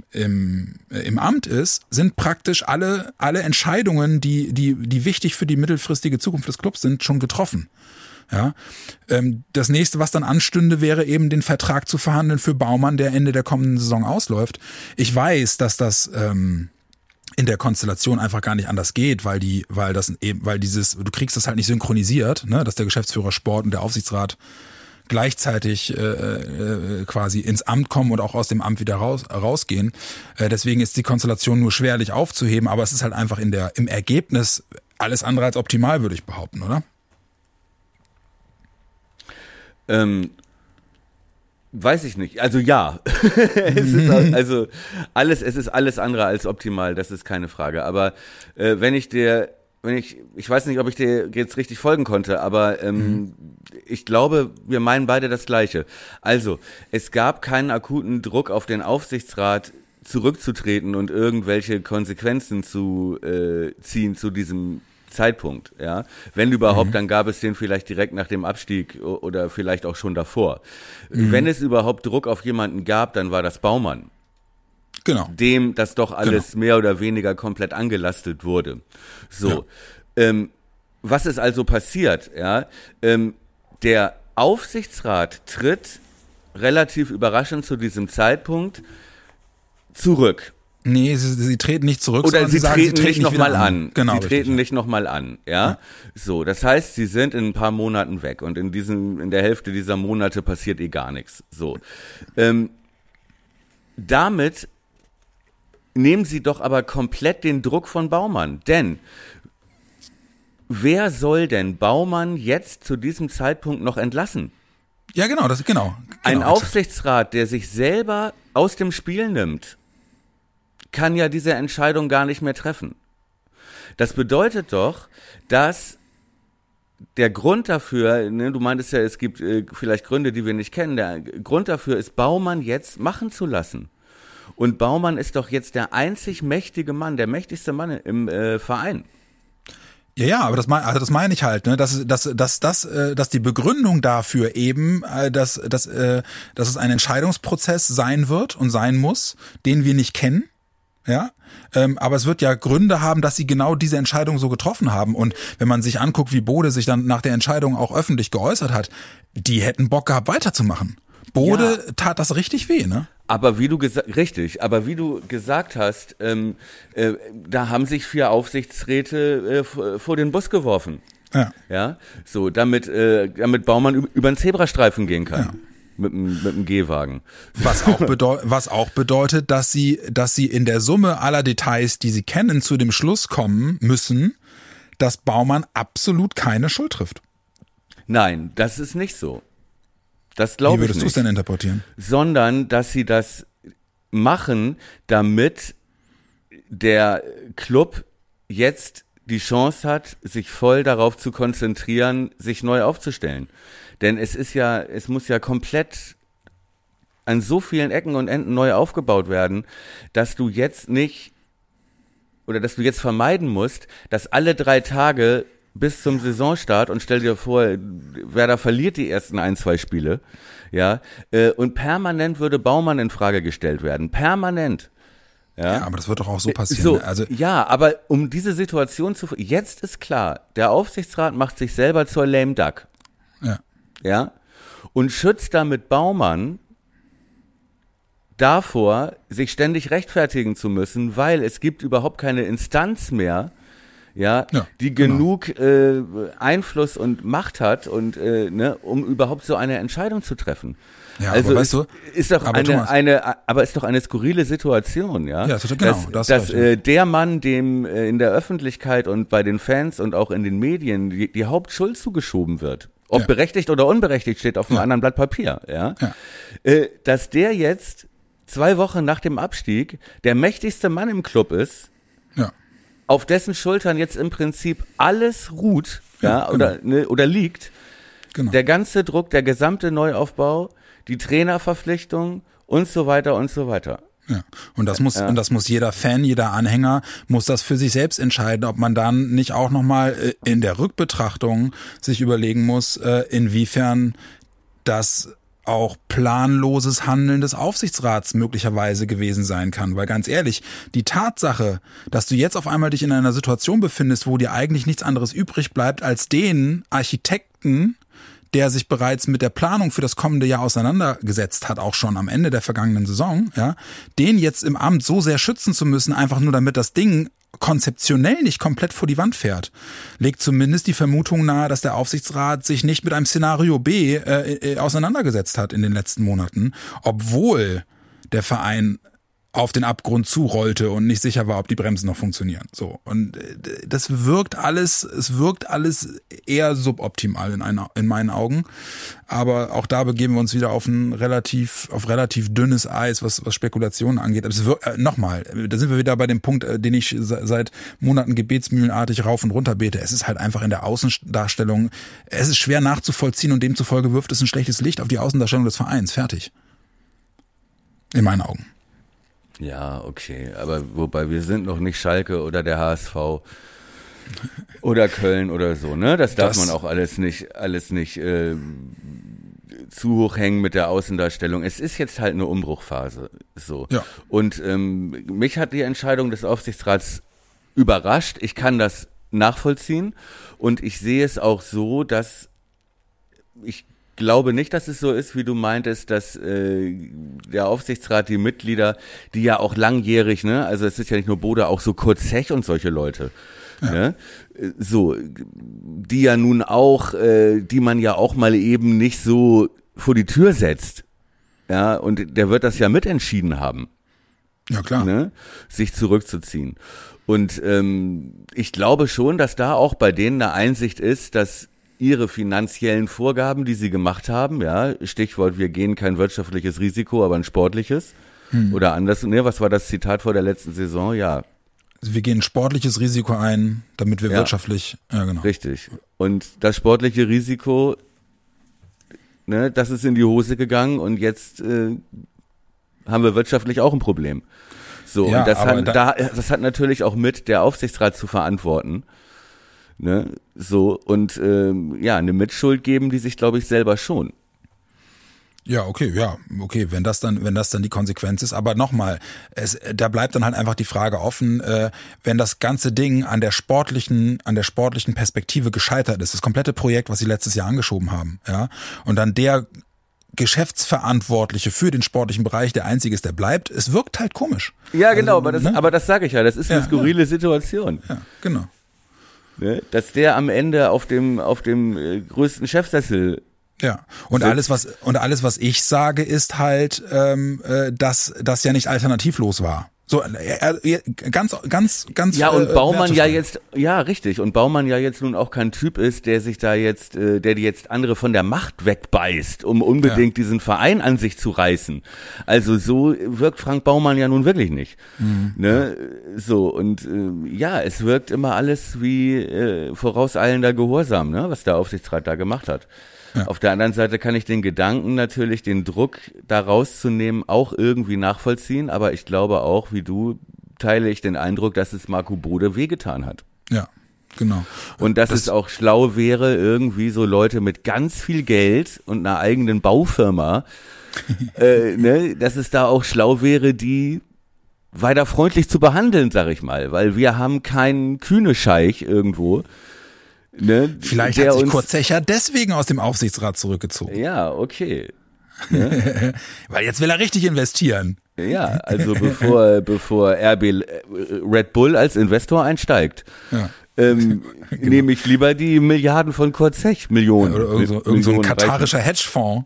im Amt ist, sind praktisch alle Entscheidungen, die wichtig für die mittelfristige Zukunft des Clubs sind, schon getroffen. Ja, das nächste, was dann anstünde, wäre eben den Vertrag zu verhandeln für Baumann, der Ende der kommenden Saison ausläuft. Ich weiß, dass das in der Konstellation einfach gar nicht anders geht, weil du kriegst das halt nicht synchronisiert, ne, dass der Geschäftsführer Sport und der Aufsichtsrat gleichzeitig quasi ins Amt kommen und auch aus dem Amt wieder rausgehen. Deswegen ist die Konstellation nur schwerlich aufzuheben, aber es ist halt einfach im Ergebnis alles andere als optimal, würde ich behaupten, oder? Weiß ich nicht. Also ja, es ist alles andere als optimal, das ist keine Frage. Aber ich weiß nicht, ob ich dir jetzt richtig folgen konnte, aber ich glaube, wir meinen beide das Gleiche. Also, es gab keinen akuten Druck auf den Aufsichtsrat, zurückzutreten und irgendwelche Konsequenzen zu ziehen zu diesem Zeitpunkt, ja. Wenn überhaupt, dann gab es den vielleicht direkt nach dem Abstieg oder vielleicht auch schon davor. Wenn es überhaupt Druck auf jemanden gab, dann war das Baumann. Genau. Dem das doch alles mehr oder weniger komplett angelastet wurde. So. Ja. Was ist also passiert, ja? Der Aufsichtsrat tritt relativ überraschend zu diesem Zeitpunkt zurück. Nee, sie treten nicht zurück, oder sie treten nicht nochmal an. Genau, sie treten nicht nochmal an, ja? So, das heißt, sie sind in ein paar Monaten weg und in der Hälfte dieser Monate passiert gar nichts. So. Damit nehmen sie doch aber komplett den Druck von Baumann, denn wer soll denn Baumann jetzt zu diesem Zeitpunkt noch entlassen? Ja, genau. Ein Aufsichtsrat, der sich selber aus dem Spiel nimmt, kann ja diese Entscheidung gar nicht mehr treffen. Das bedeutet doch, dass der Grund dafür, ne, du meintest ja, es gibt vielleicht Gründe, die wir nicht kennen, der Grund dafür ist, Baumann jetzt machen zu lassen. Und Baumann ist doch jetzt der einzig mächtige Mann, der mächtigste Mann im Verein. Ja, aber das meine ich halt, ne, dass die Begründung dafür eben, dass es ein Entscheidungsprozess sein wird und sein muss, den wir nicht kennen. Ja, aber es wird ja Gründe haben, dass sie genau diese Entscheidung so getroffen haben. Und wenn man sich anguckt, wie Bode sich dann nach der Entscheidung auch öffentlich geäußert hat, die hätten Bock gehabt, weiterzumachen. Bode tat das richtig weh, ne? Aber wie du gesagt hast, da haben sich 4 Aufsichtsräte vor den Bus geworfen. Ja, so, damit Baumann über den Zebrastreifen gehen kann. Ja. Mit dem Gehwagen. Was auch bedeutet, dass sie in der Summe aller Details, die sie kennen, zu dem Schluss kommen müssen, dass Baumann absolut keine Schuld trifft. Nein, das ist nicht so. Das glaube ich nicht. Wie würdest du es denn interpretieren? Sondern, dass sie das machen, damit der Club jetzt die Chance hat, sich voll darauf zu konzentrieren, sich neu aufzustellen. Denn es muss ja komplett an so vielen Ecken und Enden neu aufgebaut werden, dass du jetzt vermeiden musst, dass alle 3 Tage bis zum Saisonstart, und stell dir vor, Werder verliert die ersten 1-2 Spiele, ja, und permanent würde Baumann in Frage gestellt werden. Permanent. Ja, aber das wird doch auch so passieren. So, also ja, aber um diese Situation jetzt ist klar, der Aufsichtsrat macht sich selber zur lame duck. Ja, und schützt damit Baumann davor, sich ständig rechtfertigen zu müssen, weil es gibt überhaupt keine Instanz mehr, die genug Einfluss und Macht hat und um überhaupt so eine Entscheidung zu treffen. Ja, also aber weißt du, ist doch eine skurrile Situation, ja. Ja, genau, dass der Mann, dem in der Öffentlichkeit und bei den Fans und auch in den Medien die Hauptschuld zugeschoben wird. Ob berechtigt oder unberechtigt, steht auf einem anderen Blatt Papier, ja. Dass der jetzt 2 Wochen nach dem Abstieg der mächtigste Mann im Club ist, auf dessen Schultern jetzt im Prinzip alles ruht, oder liegt, der ganze Druck, der gesamte Neuaufbau, die Trainerverpflichtung und so weiter und so weiter. Ja. Und das muss jeder Fan, jeder Anhänger muss das für sich selbst entscheiden, ob man dann nicht auch nochmal in der Rückbetrachtung sich überlegen muss, inwiefern das auch planloses Handeln des Aufsichtsrats möglicherweise gewesen sein kann. Weil ganz ehrlich, die Tatsache, dass du jetzt auf einmal dich in einer Situation befindest, wo dir eigentlich nichts anderes übrig bleibt, als den Architekten, der sich bereits mit der Planung für das kommende Jahr auseinandergesetzt hat, auch schon am Ende der vergangenen Saison, den jetzt im Amt so sehr schützen zu müssen, einfach nur damit das Ding konzeptionell nicht komplett vor die Wand fährt, legt zumindest die Vermutung nahe, dass der Aufsichtsrat sich nicht mit einem Szenario B auseinandergesetzt hat in den letzten Monaten, obwohl der Verein auf den Abgrund zurollte und nicht sicher war, ob die Bremsen noch funktionieren. So. Und es wirkt alles eher suboptimal in meinen Augen. Aber auch da begeben wir uns wieder auf relativ dünnes Eis, was Spekulationen angeht. Aber es wirkt, nochmal, da sind wir wieder bei dem Punkt, den ich seit Monaten gebetsmühlenartig rauf und runter bete. Es ist halt einfach in der Außendarstellung, es ist schwer nachzuvollziehen und demzufolge wirft es ein schlechtes Licht auf die Außendarstellung des Vereins. Fertig. In meinen Augen. Ja, okay, aber wobei wir sind noch nicht Schalke oder der HSV oder Köln oder so, ne? Das darf man auch alles nicht zu hoch hängen mit der Außendarstellung. Es ist jetzt halt eine Umbruchphase, so. Ja. Und mich hat die Entscheidung des Aufsichtsrats überrascht. Ich kann das nachvollziehen und ich sehe es auch so, dass ich glaube nicht, dass es so ist, wie du meintest, dass der Aufsichtsrat, die Mitglieder, die ja auch langjährig, ne, also es ist ja nicht nur Bode, auch so Kurt Zech und solche Leute, ne, so, die ja nun auch, die man ja auch mal eben nicht so vor die Tür setzt, ja, und der wird das ja mitentschieden haben. Ja, klar. Ne, sich zurückzuziehen. Und ich glaube schon, dass da auch bei denen eine Einsicht ist, dass ihre finanziellen Vorgaben, die sie gemacht haben, ja, Stichwort, wir gehen kein wirtschaftliches Risiko, aber ein sportliches, oder anders, ne, was war das Zitat vor der letzten Saison, ja. Also wir gehen ein sportliches Risiko ein, damit wir wirtschaftlich, genau. Richtig. Und das sportliche Risiko, ne, das ist in die Hose gegangen und jetzt haben wir wirtschaftlich auch ein Problem. So, und das hat natürlich auch mit der Aufsichtsrat zu verantworten. Ne, so, und eine Mitschuld geben die sich, glaube ich, selber schon. Ja, okay, wenn das dann die Konsequenz ist, aber nochmal, da bleibt dann halt einfach die Frage offen, wenn das ganze Ding an der sportlichen Perspektive gescheitert ist, das komplette Projekt, was sie letztes Jahr angeschoben haben, ja, und dann der Geschäftsverantwortliche für den sportlichen Bereich der Einzige ist, der bleibt, es wirkt halt komisch. Ja, genau, aber das sage ich ja, das ist eine skurrile Situation. Ja, genau. Ne? Dass der am Ende auf dem größten Chefsessel. Ja, und alles, was ich sage, ist halt, dass das ja nicht alternativlos war. So, ganz. Ja, und Baumann ja jetzt, ja, richtig. Und Baumann ja jetzt nun auch kein Typ ist, der sich da jetzt, der die jetzt andere von der Macht wegbeißt, um unbedingt diesen Verein an sich zu reißen. Also so wirkt Frank Baumann ja nun wirklich nicht. Ne? So, und ja, es wirkt immer alles wie vorauseilender Gehorsam, ne? Was der Aufsichtsrat da gemacht hat. Ja. Auf der anderen Seite kann ich den Gedanken natürlich, den Druck da rauszunehmen, auch irgendwie nachvollziehen. Aber ich glaube auch, wie du, teile ich den Eindruck, dass es Marco Bode wehgetan hat. Ja, genau. Und dass es auch schlau wäre, irgendwie so Leute mit ganz viel Geld und einer eigenen Baufirma, ne, dass es da auch schlau wäre, die weiter freundlich zu behandeln, sag ich mal. Weil wir haben keinen Kühne-Scheich irgendwo. Ne, vielleicht hat sich Kurt Zecher deswegen aus dem Aufsichtsrat zurückgezogen. Ja, okay. Ne? Weil jetzt will er richtig investieren. Ja, also bevor Red Bull als Investor einsteigt, genau. Nehme ich lieber die Milliarden von Kurt Zech, Millionen. Ja, oder irgend so ein katarischer Hedgefonds.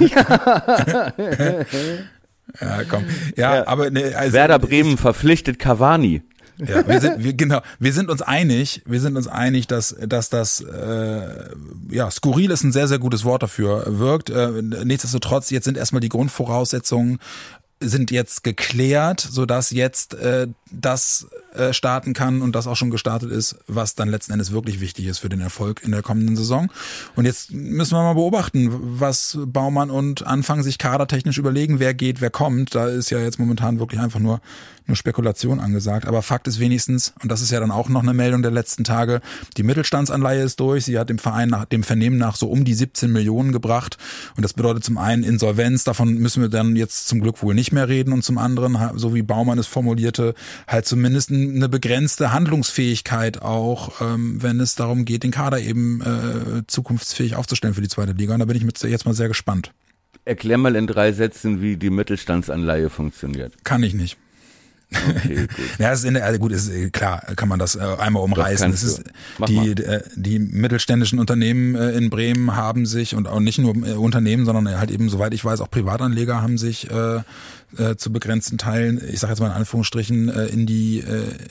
Ja, komm. Ja, aber ne, also Werder Bremen verpflichtet Cavani. Ja, wir sind uns einig, dass das skurril ist ein sehr, sehr gutes Wort dafür wirkt. Nichtsdestotrotz, jetzt sind erstmal die Grundvoraussetzungen sind jetzt geklärt, sodass jetzt das starten kann und das auch schon gestartet ist, was dann letzten Endes wirklich wichtig ist für den Erfolg in der kommenden Saison. Und jetzt müssen wir mal beobachten, was Baumann und Anfang sich kadertechnisch überlegen, wer geht, wer kommt. Da ist ja jetzt momentan wirklich einfach nur Spekulation angesagt. Aber Fakt ist wenigstens, und das ist ja dann auch noch eine Meldung der letzten Tage, die Mittelstandsanleihe ist durch. Sie hat dem Verein nach dem Vernehmen nach so um die 17 Millionen gebracht. Und das bedeutet zum einen Insolvenz, davon müssen wir dann jetzt zum Glück wohl nicht mehr reden. Und zum anderen, so wie Baumann es formulierte, halt zumindest eine begrenzte Handlungsfähigkeit auch, wenn es darum geht, den Kader eben zukunftsfähig aufzustellen für die zweite Liga. Und da bin ich jetzt mal sehr gespannt. Erklär mal in 3 Sätzen, wie die Mittelstandsanleihe funktioniert. Kann ich nicht. Okay, gut. Ja, ist klar, kann man das einmal umreißen. Es ist die mittelständischen Unternehmen in Bremen haben sich, und auch nicht nur Unternehmen, sondern halt eben, soweit ich weiß, auch Privatanleger haben sich zu begrenzten Teilen, ich sage jetzt mal in Anführungsstrichen, in die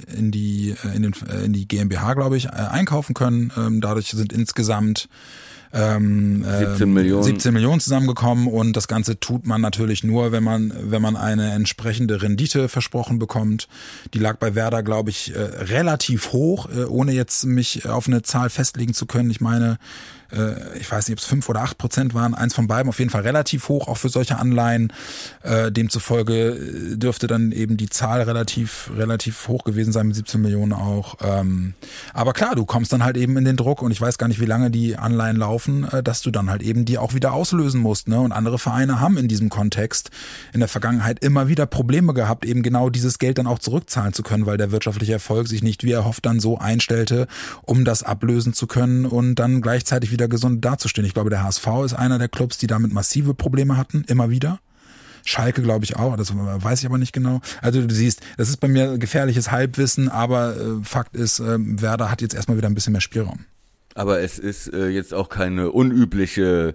GmbH, glaube ich, einkaufen können. Dadurch sind insgesamt 17 Millionen zusammengekommen, und das Ganze tut man natürlich nur, wenn man eine entsprechende Rendite versprochen bekommt. Die lag bei Werder, glaube ich, relativ hoch, ohne jetzt mich auf eine Zahl festlegen zu können. Ich meine, ich weiß nicht, ob es 5 oder 8% waren, eins von beiden, auf jeden Fall relativ hoch, auch für solche Anleihen. Demzufolge dürfte dann eben die Zahl relativ hoch gewesen sein, mit 17 Millionen auch. Aber klar, du kommst dann halt eben in den Druck, und ich weiß gar nicht, wie lange die Anleihen laufen, dass du dann halt eben die auch wieder auslösen musst, ne? Und andere Vereine haben in diesem Kontext in der Vergangenheit immer wieder Probleme gehabt, eben genau dieses Geld dann auch zurückzahlen zu können, weil der wirtschaftliche Erfolg sich nicht wie erhofft dann so einstellte, um das ablösen zu können und dann gleichzeitig wieder gesund dazustehen. Ich glaube, der HSV ist einer der Clubs, die damit massive Probleme hatten, immer wieder. Schalke, glaube ich, auch, das weiß ich aber nicht genau. Also du siehst, das ist bei mir gefährliches Halbwissen, aber Fakt ist, Werder hat jetzt erstmal wieder ein bisschen mehr Spielraum. Aber es ist jetzt auch keine unübliche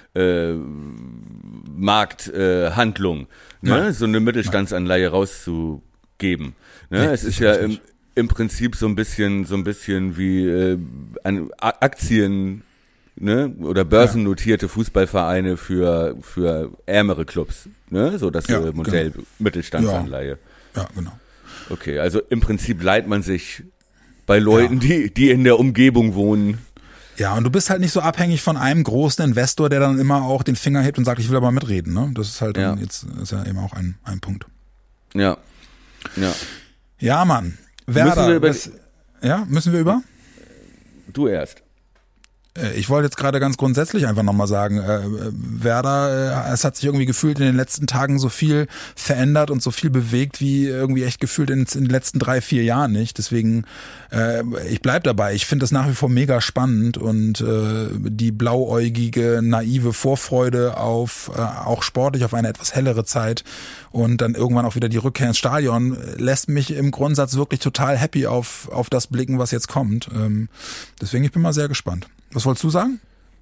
Markthandlung, ne? So eine Mittelstandsanleihe rauszugeben. Ne? Nee, es ist ja im Prinzip so ein bisschen wie Aktien, ne, oder börsennotierte Fußballvereine für ärmere Clubs, ne, so das Modell genau. Mittelstandsanleihe. Ja, genau. Okay, also im Prinzip leiht man sich bei Leuten, die in der Umgebung wohnen. Ja, und du bist halt nicht so abhängig von einem großen Investor, der dann immer auch den Finger hebt und sagt, ich will aber mitreden, ne? Das ist halt dann jetzt ist ja eben auch ein Punkt. Ja. Ja, Mann. Werder. Müssen wir über? Du erst. Ich wollte jetzt gerade ganz grundsätzlich einfach nochmal sagen, Werder, es hat sich irgendwie gefühlt in den letzten Tagen so viel verändert und so viel bewegt wie irgendwie echt gefühlt in den letzten 3-4 Jahren nicht. Deswegen, ich bleib dabei. Ich finde das nach wie vor mega spannend und die blauäugige, naive Vorfreude auf auch sportlich auf eine etwas hellere Zeit und dann irgendwann auch wieder die Rückkehr ins Stadion lässt mich im Grundsatz wirklich total happy auf das blicken, was jetzt kommt. Deswegen, ich bin mal sehr gespannt. Was wolltest du sagen?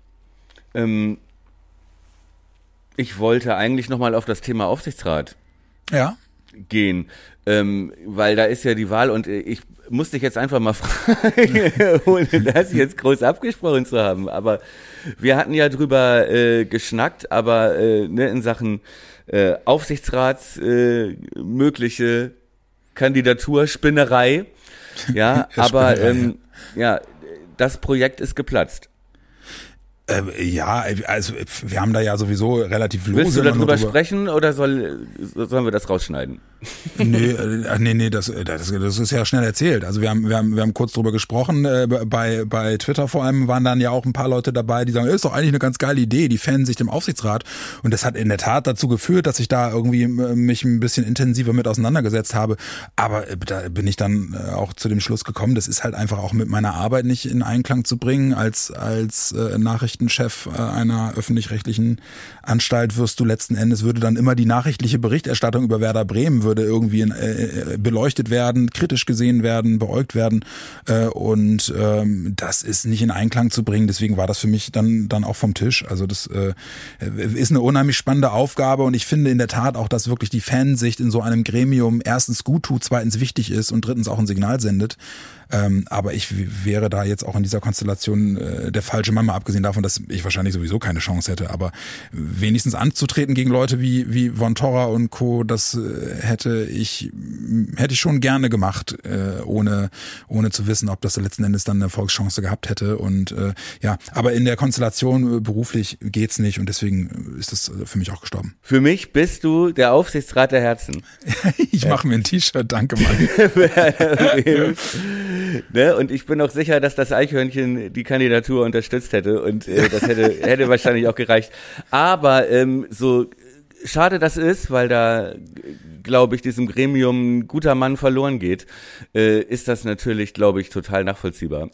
Ich wollte eigentlich nochmal auf das Thema Aufsichtsrat gehen, weil da ist ja die Wahl und ich muss dich jetzt einfach mal fragen, ohne das jetzt groß abgesprochen zu haben, aber wir hatten ja drüber geschnackt, aber in Sachen Aufsichtsrats mögliche Kandidaturspinnerei, ja, aber das Projekt ist geplatzt. Ja, also wir haben da ja sowieso relativ lose. Willst du darüber sprechen oder sollen wir das rausschneiden? Nee, das ist ja schnell erzählt. Also wir haben kurz drüber gesprochen. Bei Twitter vor allem waren dann ja auch ein paar Leute dabei, die sagen, ist doch eigentlich eine ganz geile Idee, die Fansicht im Aufsichtsrat. Und das hat in der Tat dazu geführt, dass ich da irgendwie mich ein bisschen intensiver mit auseinandergesetzt habe. Aber da bin ich dann auch zu dem Schluss gekommen, das ist halt einfach auch mit meiner Arbeit nicht in Einklang zu bringen. Als Nachrichtenchef einer öffentlich-rechtlichen Anstalt wirst du letzten Endes, würde dann immer die nachrichtliche Berichterstattung über Werder Bremen würde irgendwie beleuchtet werden, kritisch gesehen werden, beäugt werden und das ist nicht in Einklang zu bringen, deswegen war das für mich dann auch vom Tisch. Also das ist eine unheimlich spannende Aufgabe und ich finde in der Tat auch, dass wirklich die Fansicht in so einem Gremium erstens gut tut, zweitens wichtig ist und drittens auch ein Signal sendet. Aber ich wäre da jetzt auch in dieser Konstellation der falsche Mann, mal abgesehen davon, dass ich wahrscheinlich sowieso keine Chance hätte, aber wenigstens anzutreten gegen Leute wie Von Torra und Co., das hätte ich schon gerne gemacht, ohne zu wissen, ob das letzten Endes dann eine Erfolgschance gehabt hätte und aber in der Konstellation beruflich geht's nicht und deswegen ist das für mich auch gestorben. Für mich bist du der Aufsichtsrat der Herzen. Ich mache mir ein T-Shirt, danke Mann. Ne? Und ich bin auch sicher, dass das Eichhörnchen die Kandidatur unterstützt hätte und das hätte wahrscheinlich auch gereicht. Aber so schade das ist, weil da, glaube ich, diesem Gremium ein guter Mann verloren geht, ist das natürlich, glaube ich, total nachvollziehbar.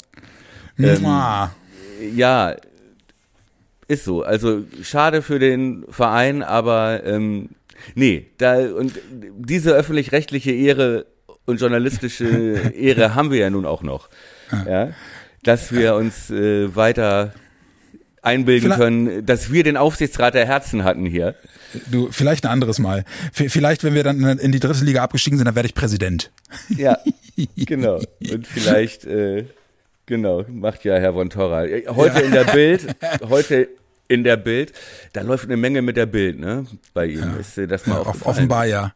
Ja, ist so. Also schade für den Verein, aber und diese öffentlich-rechtliche Ehre und journalistische Ehre haben wir ja nun auch noch, ja, dass wir uns weiter einbilden können, dass wir den Aufsichtsrat der Herzen hatten hier. Du, vielleicht ein anderes Mal. Vielleicht, wenn wir dann in die 3. Liga abgestiegen sind, dann werde ich Präsident. Ja, genau. Und vielleicht, macht ja Herr Von Torra. Heute in der Bild, da läuft eine Menge mit der Bild, ne, bei ihm. Ja. Ist das mal offenbar, ja.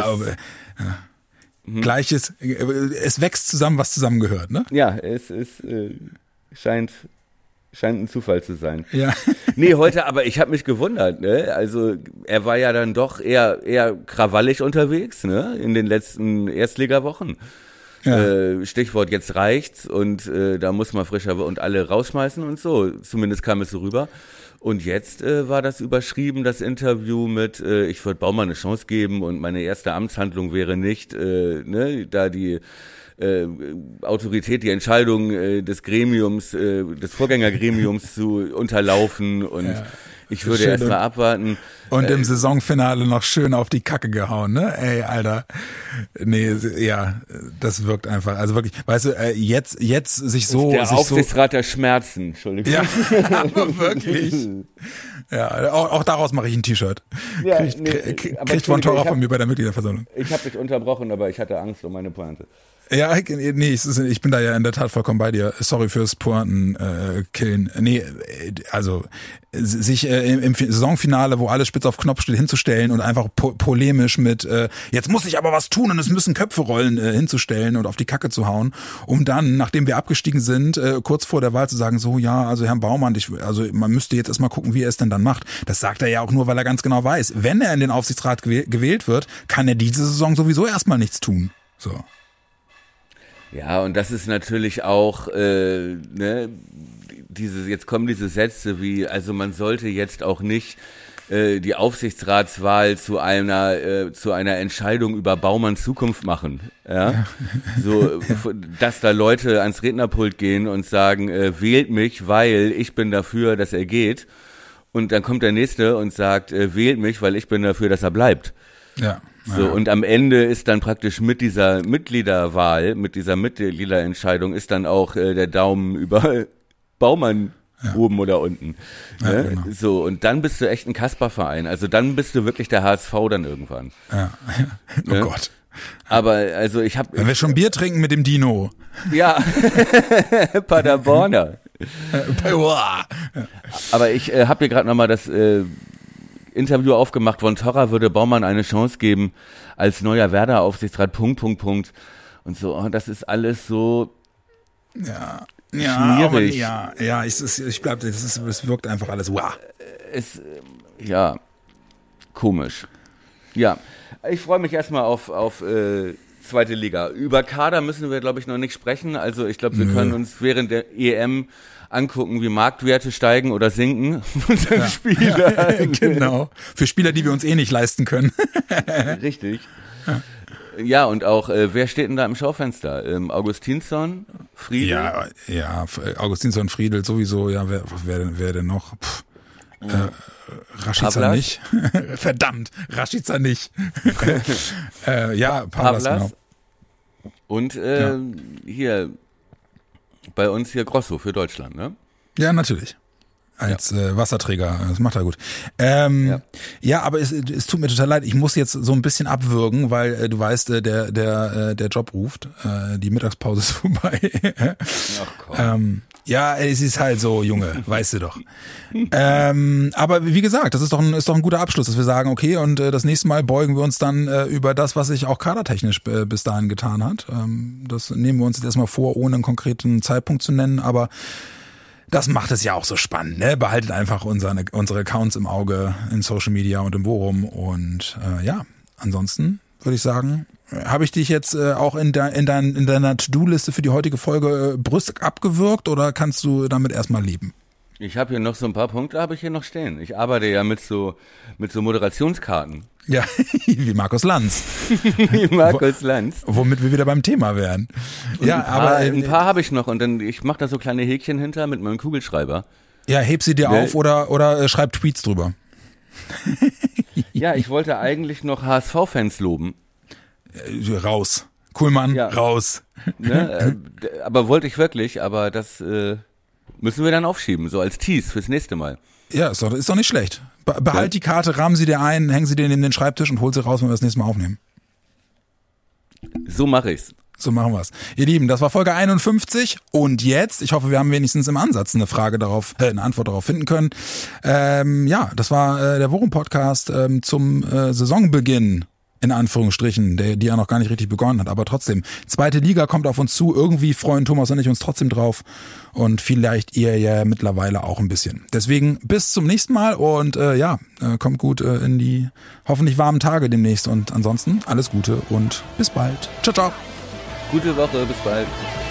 Gleiches, es wächst zusammen, was zusammengehört, ne? Ja, es ist, scheint ein Zufall zu sein. Ja. Nee, heute, aber ich habe mich gewundert, ne? Also, er war ja dann doch eher krawallig unterwegs, ne? In den letzten Erstligawochen. Ja. Stichwort, jetzt reicht's und da muss man frischer und alle rausschmeißen und so. Zumindest kam es so rüber. Und jetzt war das überschrieben, das Interview mit, ich würde Baumann eine Chance geben und meine erste Amtshandlung wäre nicht, da die Autorität, die Entscheidung des Gremiums, des Vorgängergremiums zu unterlaufen und ich würde erst mal abwarten. Und im Saisonfinale noch schön auf die Kacke gehauen, ne? Ey, Alter. Nee, ja, das wirkt einfach. Also wirklich, weißt du, jetzt sich so... Der Aufsichtsrat der Schmerzen, Entschuldigung. Ja, aber wirklich. Ja, auch daraus mache ich ein T-Shirt. Ja, kriegt Von Torra von mir bei der Mitgliederversammlung. Ich habe dich unterbrochen, aber ich hatte Angst um meine Pointe. Ja, nee, ich bin da ja in der Tat vollkommen bei dir. Sorry fürs Pointen-Killen. Nee, also sich im Saisonfinale, wo alles spitz auf Knopf steht, hinzustellen und einfach polemisch mit jetzt muss ich aber was tun und es müssen Köpfe rollen hinzustellen und auf die Kacke zu hauen, um dann, nachdem wir abgestiegen sind, kurz vor der Wahl zu sagen, so ja, also Herrn Baumann, also man müsste jetzt erstmal gucken, wie er es denn dann macht. Das sagt er ja auch nur, weil er ganz genau weiß, wenn er in den Aufsichtsrat gewählt wird, kann er diese Saison sowieso erstmal nichts tun. So. Ja, und das ist natürlich auch jetzt kommen diese Sätze wie, also man sollte jetzt auch nicht die Aufsichtsratswahl zu einer Entscheidung über Baumanns Zukunft machen. Ja? So, dass da Leute ans Rednerpult gehen und sagen, wählt mich, weil ich bin dafür, dass er geht. Und dann kommt der Nächste und sagt, wählt mich, weil ich bin dafür, dass er bleibt. Ja. So, und am Ende ist dann praktisch mit dieser Mitgliederwahl, mit dieser Mitgliederentscheidung ist dann auch der Daumen über Baumann oben oder unten. Ja, ne? genau. So, und dann bist du echt ein Kasperverein. Also dann bist du wirklich der HSV dann irgendwann. Ja. Oh Ne? Gott. Aber also ich habe... Wenn wir schon Bier trinken mit dem Dino. Ja, Paderborner. Uah. Aber ich habe hier gerade nochmal das Interview aufgemacht. Von Torra würde Baumann eine Chance geben als neuer Werder-Aufsichtsrat, .. Und so, und das ist alles so... Ja, schwierig. Ich glaube, es wirkt einfach alles. Wow. Ja, komisch. Ja, ich freue mich erstmal auf zweite Liga. Über Kader müssen wir, glaube ich, noch nicht sprechen. Also ich glaube, wir können uns während der EM angucken, wie Marktwerte steigen oder sinken unserer Spieler. Genau. Für Spieler, die wir uns eh nicht leisten können. Richtig. Ja, und auch, wer steht denn da im Schaufenster? Augustinsson, Friedel? Ja, Augustinsson, Friedel sowieso, ja, wer denn noch? Rashica Pavlas? nicht. Verdammt, Rashica nicht. Ja, Pavlas, genau. Und hier, bei uns hier Grosso für Deutschland, ne? Ja, natürlich. Als Wasserträger, das macht er gut. Ja, aber es tut mir total leid, ich muss jetzt so ein bisschen abwürgen, weil du weißt, der Job ruft, die Mittagspause ist vorbei. Ach komm. Ja, es ist halt so, Junge, weißt du doch. Aber wie gesagt, das ist doch ein guter Abschluss, dass wir sagen, okay, und das nächste Mal beugen wir uns dann über das, was sich auch kadertechnisch bis dahin getan hat. Das nehmen wir uns jetzt erstmal vor, ohne einen konkreten Zeitpunkt zu nennen, aber das macht es ja auch so spannend, ne? Behaltet einfach unsere Accounts im Auge in Social Media und im Forum und ansonsten würde ich sagen, habe ich dich jetzt auch in deiner To-Do-Liste für die heutige Folge brüsk abgewürgt oder kannst du damit erstmal leben? Ich habe hier noch so ein paar Punkte, habe ich hier noch stehen. Ich arbeite ja mit so Moderationskarten. Ja, wie Markus Lanz. Wie Markus Lanz. Womit wir wieder beim Thema wären. Ja, aber ein paar habe ich noch und dann ich mache da so kleine Häkchen hinter mit meinem Kugelschreiber. Ja, heb sie dir auf oder schreib Tweets drüber. Ja, ich wollte eigentlich noch HSV-Fans loben. Raus. Kuhlmann, Ja. raus. Ne? Aber wollte ich wirklich, aber das müssen wir dann aufschieben, so als Tease fürs nächste Mal. Ja, ist doch nicht schlecht. Behalt die Karte, rahmen sie dir ein, hängen sie dir neben den Schreibtisch und hol sie raus, wenn wir das nächste Mal aufnehmen. So mache ich's. So machen wir's. Ihr Lieben, das war Folge 51 und jetzt, ich hoffe, wir haben wenigstens im Ansatz eine Antwort darauf finden können. Das war der Worum-Podcast zum Saisonbeginn. In Anführungsstrichen, die ja noch gar nicht richtig begonnen hat, aber trotzdem, zweite Liga kommt auf uns zu, irgendwie freuen Thomas und ich uns trotzdem drauf und vielleicht ihr ja mittlerweile auch ein bisschen. Deswegen bis zum nächsten Mal und kommt gut in die hoffentlich warmen Tage demnächst und ansonsten alles Gute und bis bald. Ciao, ciao. Gute Woche, bis bald.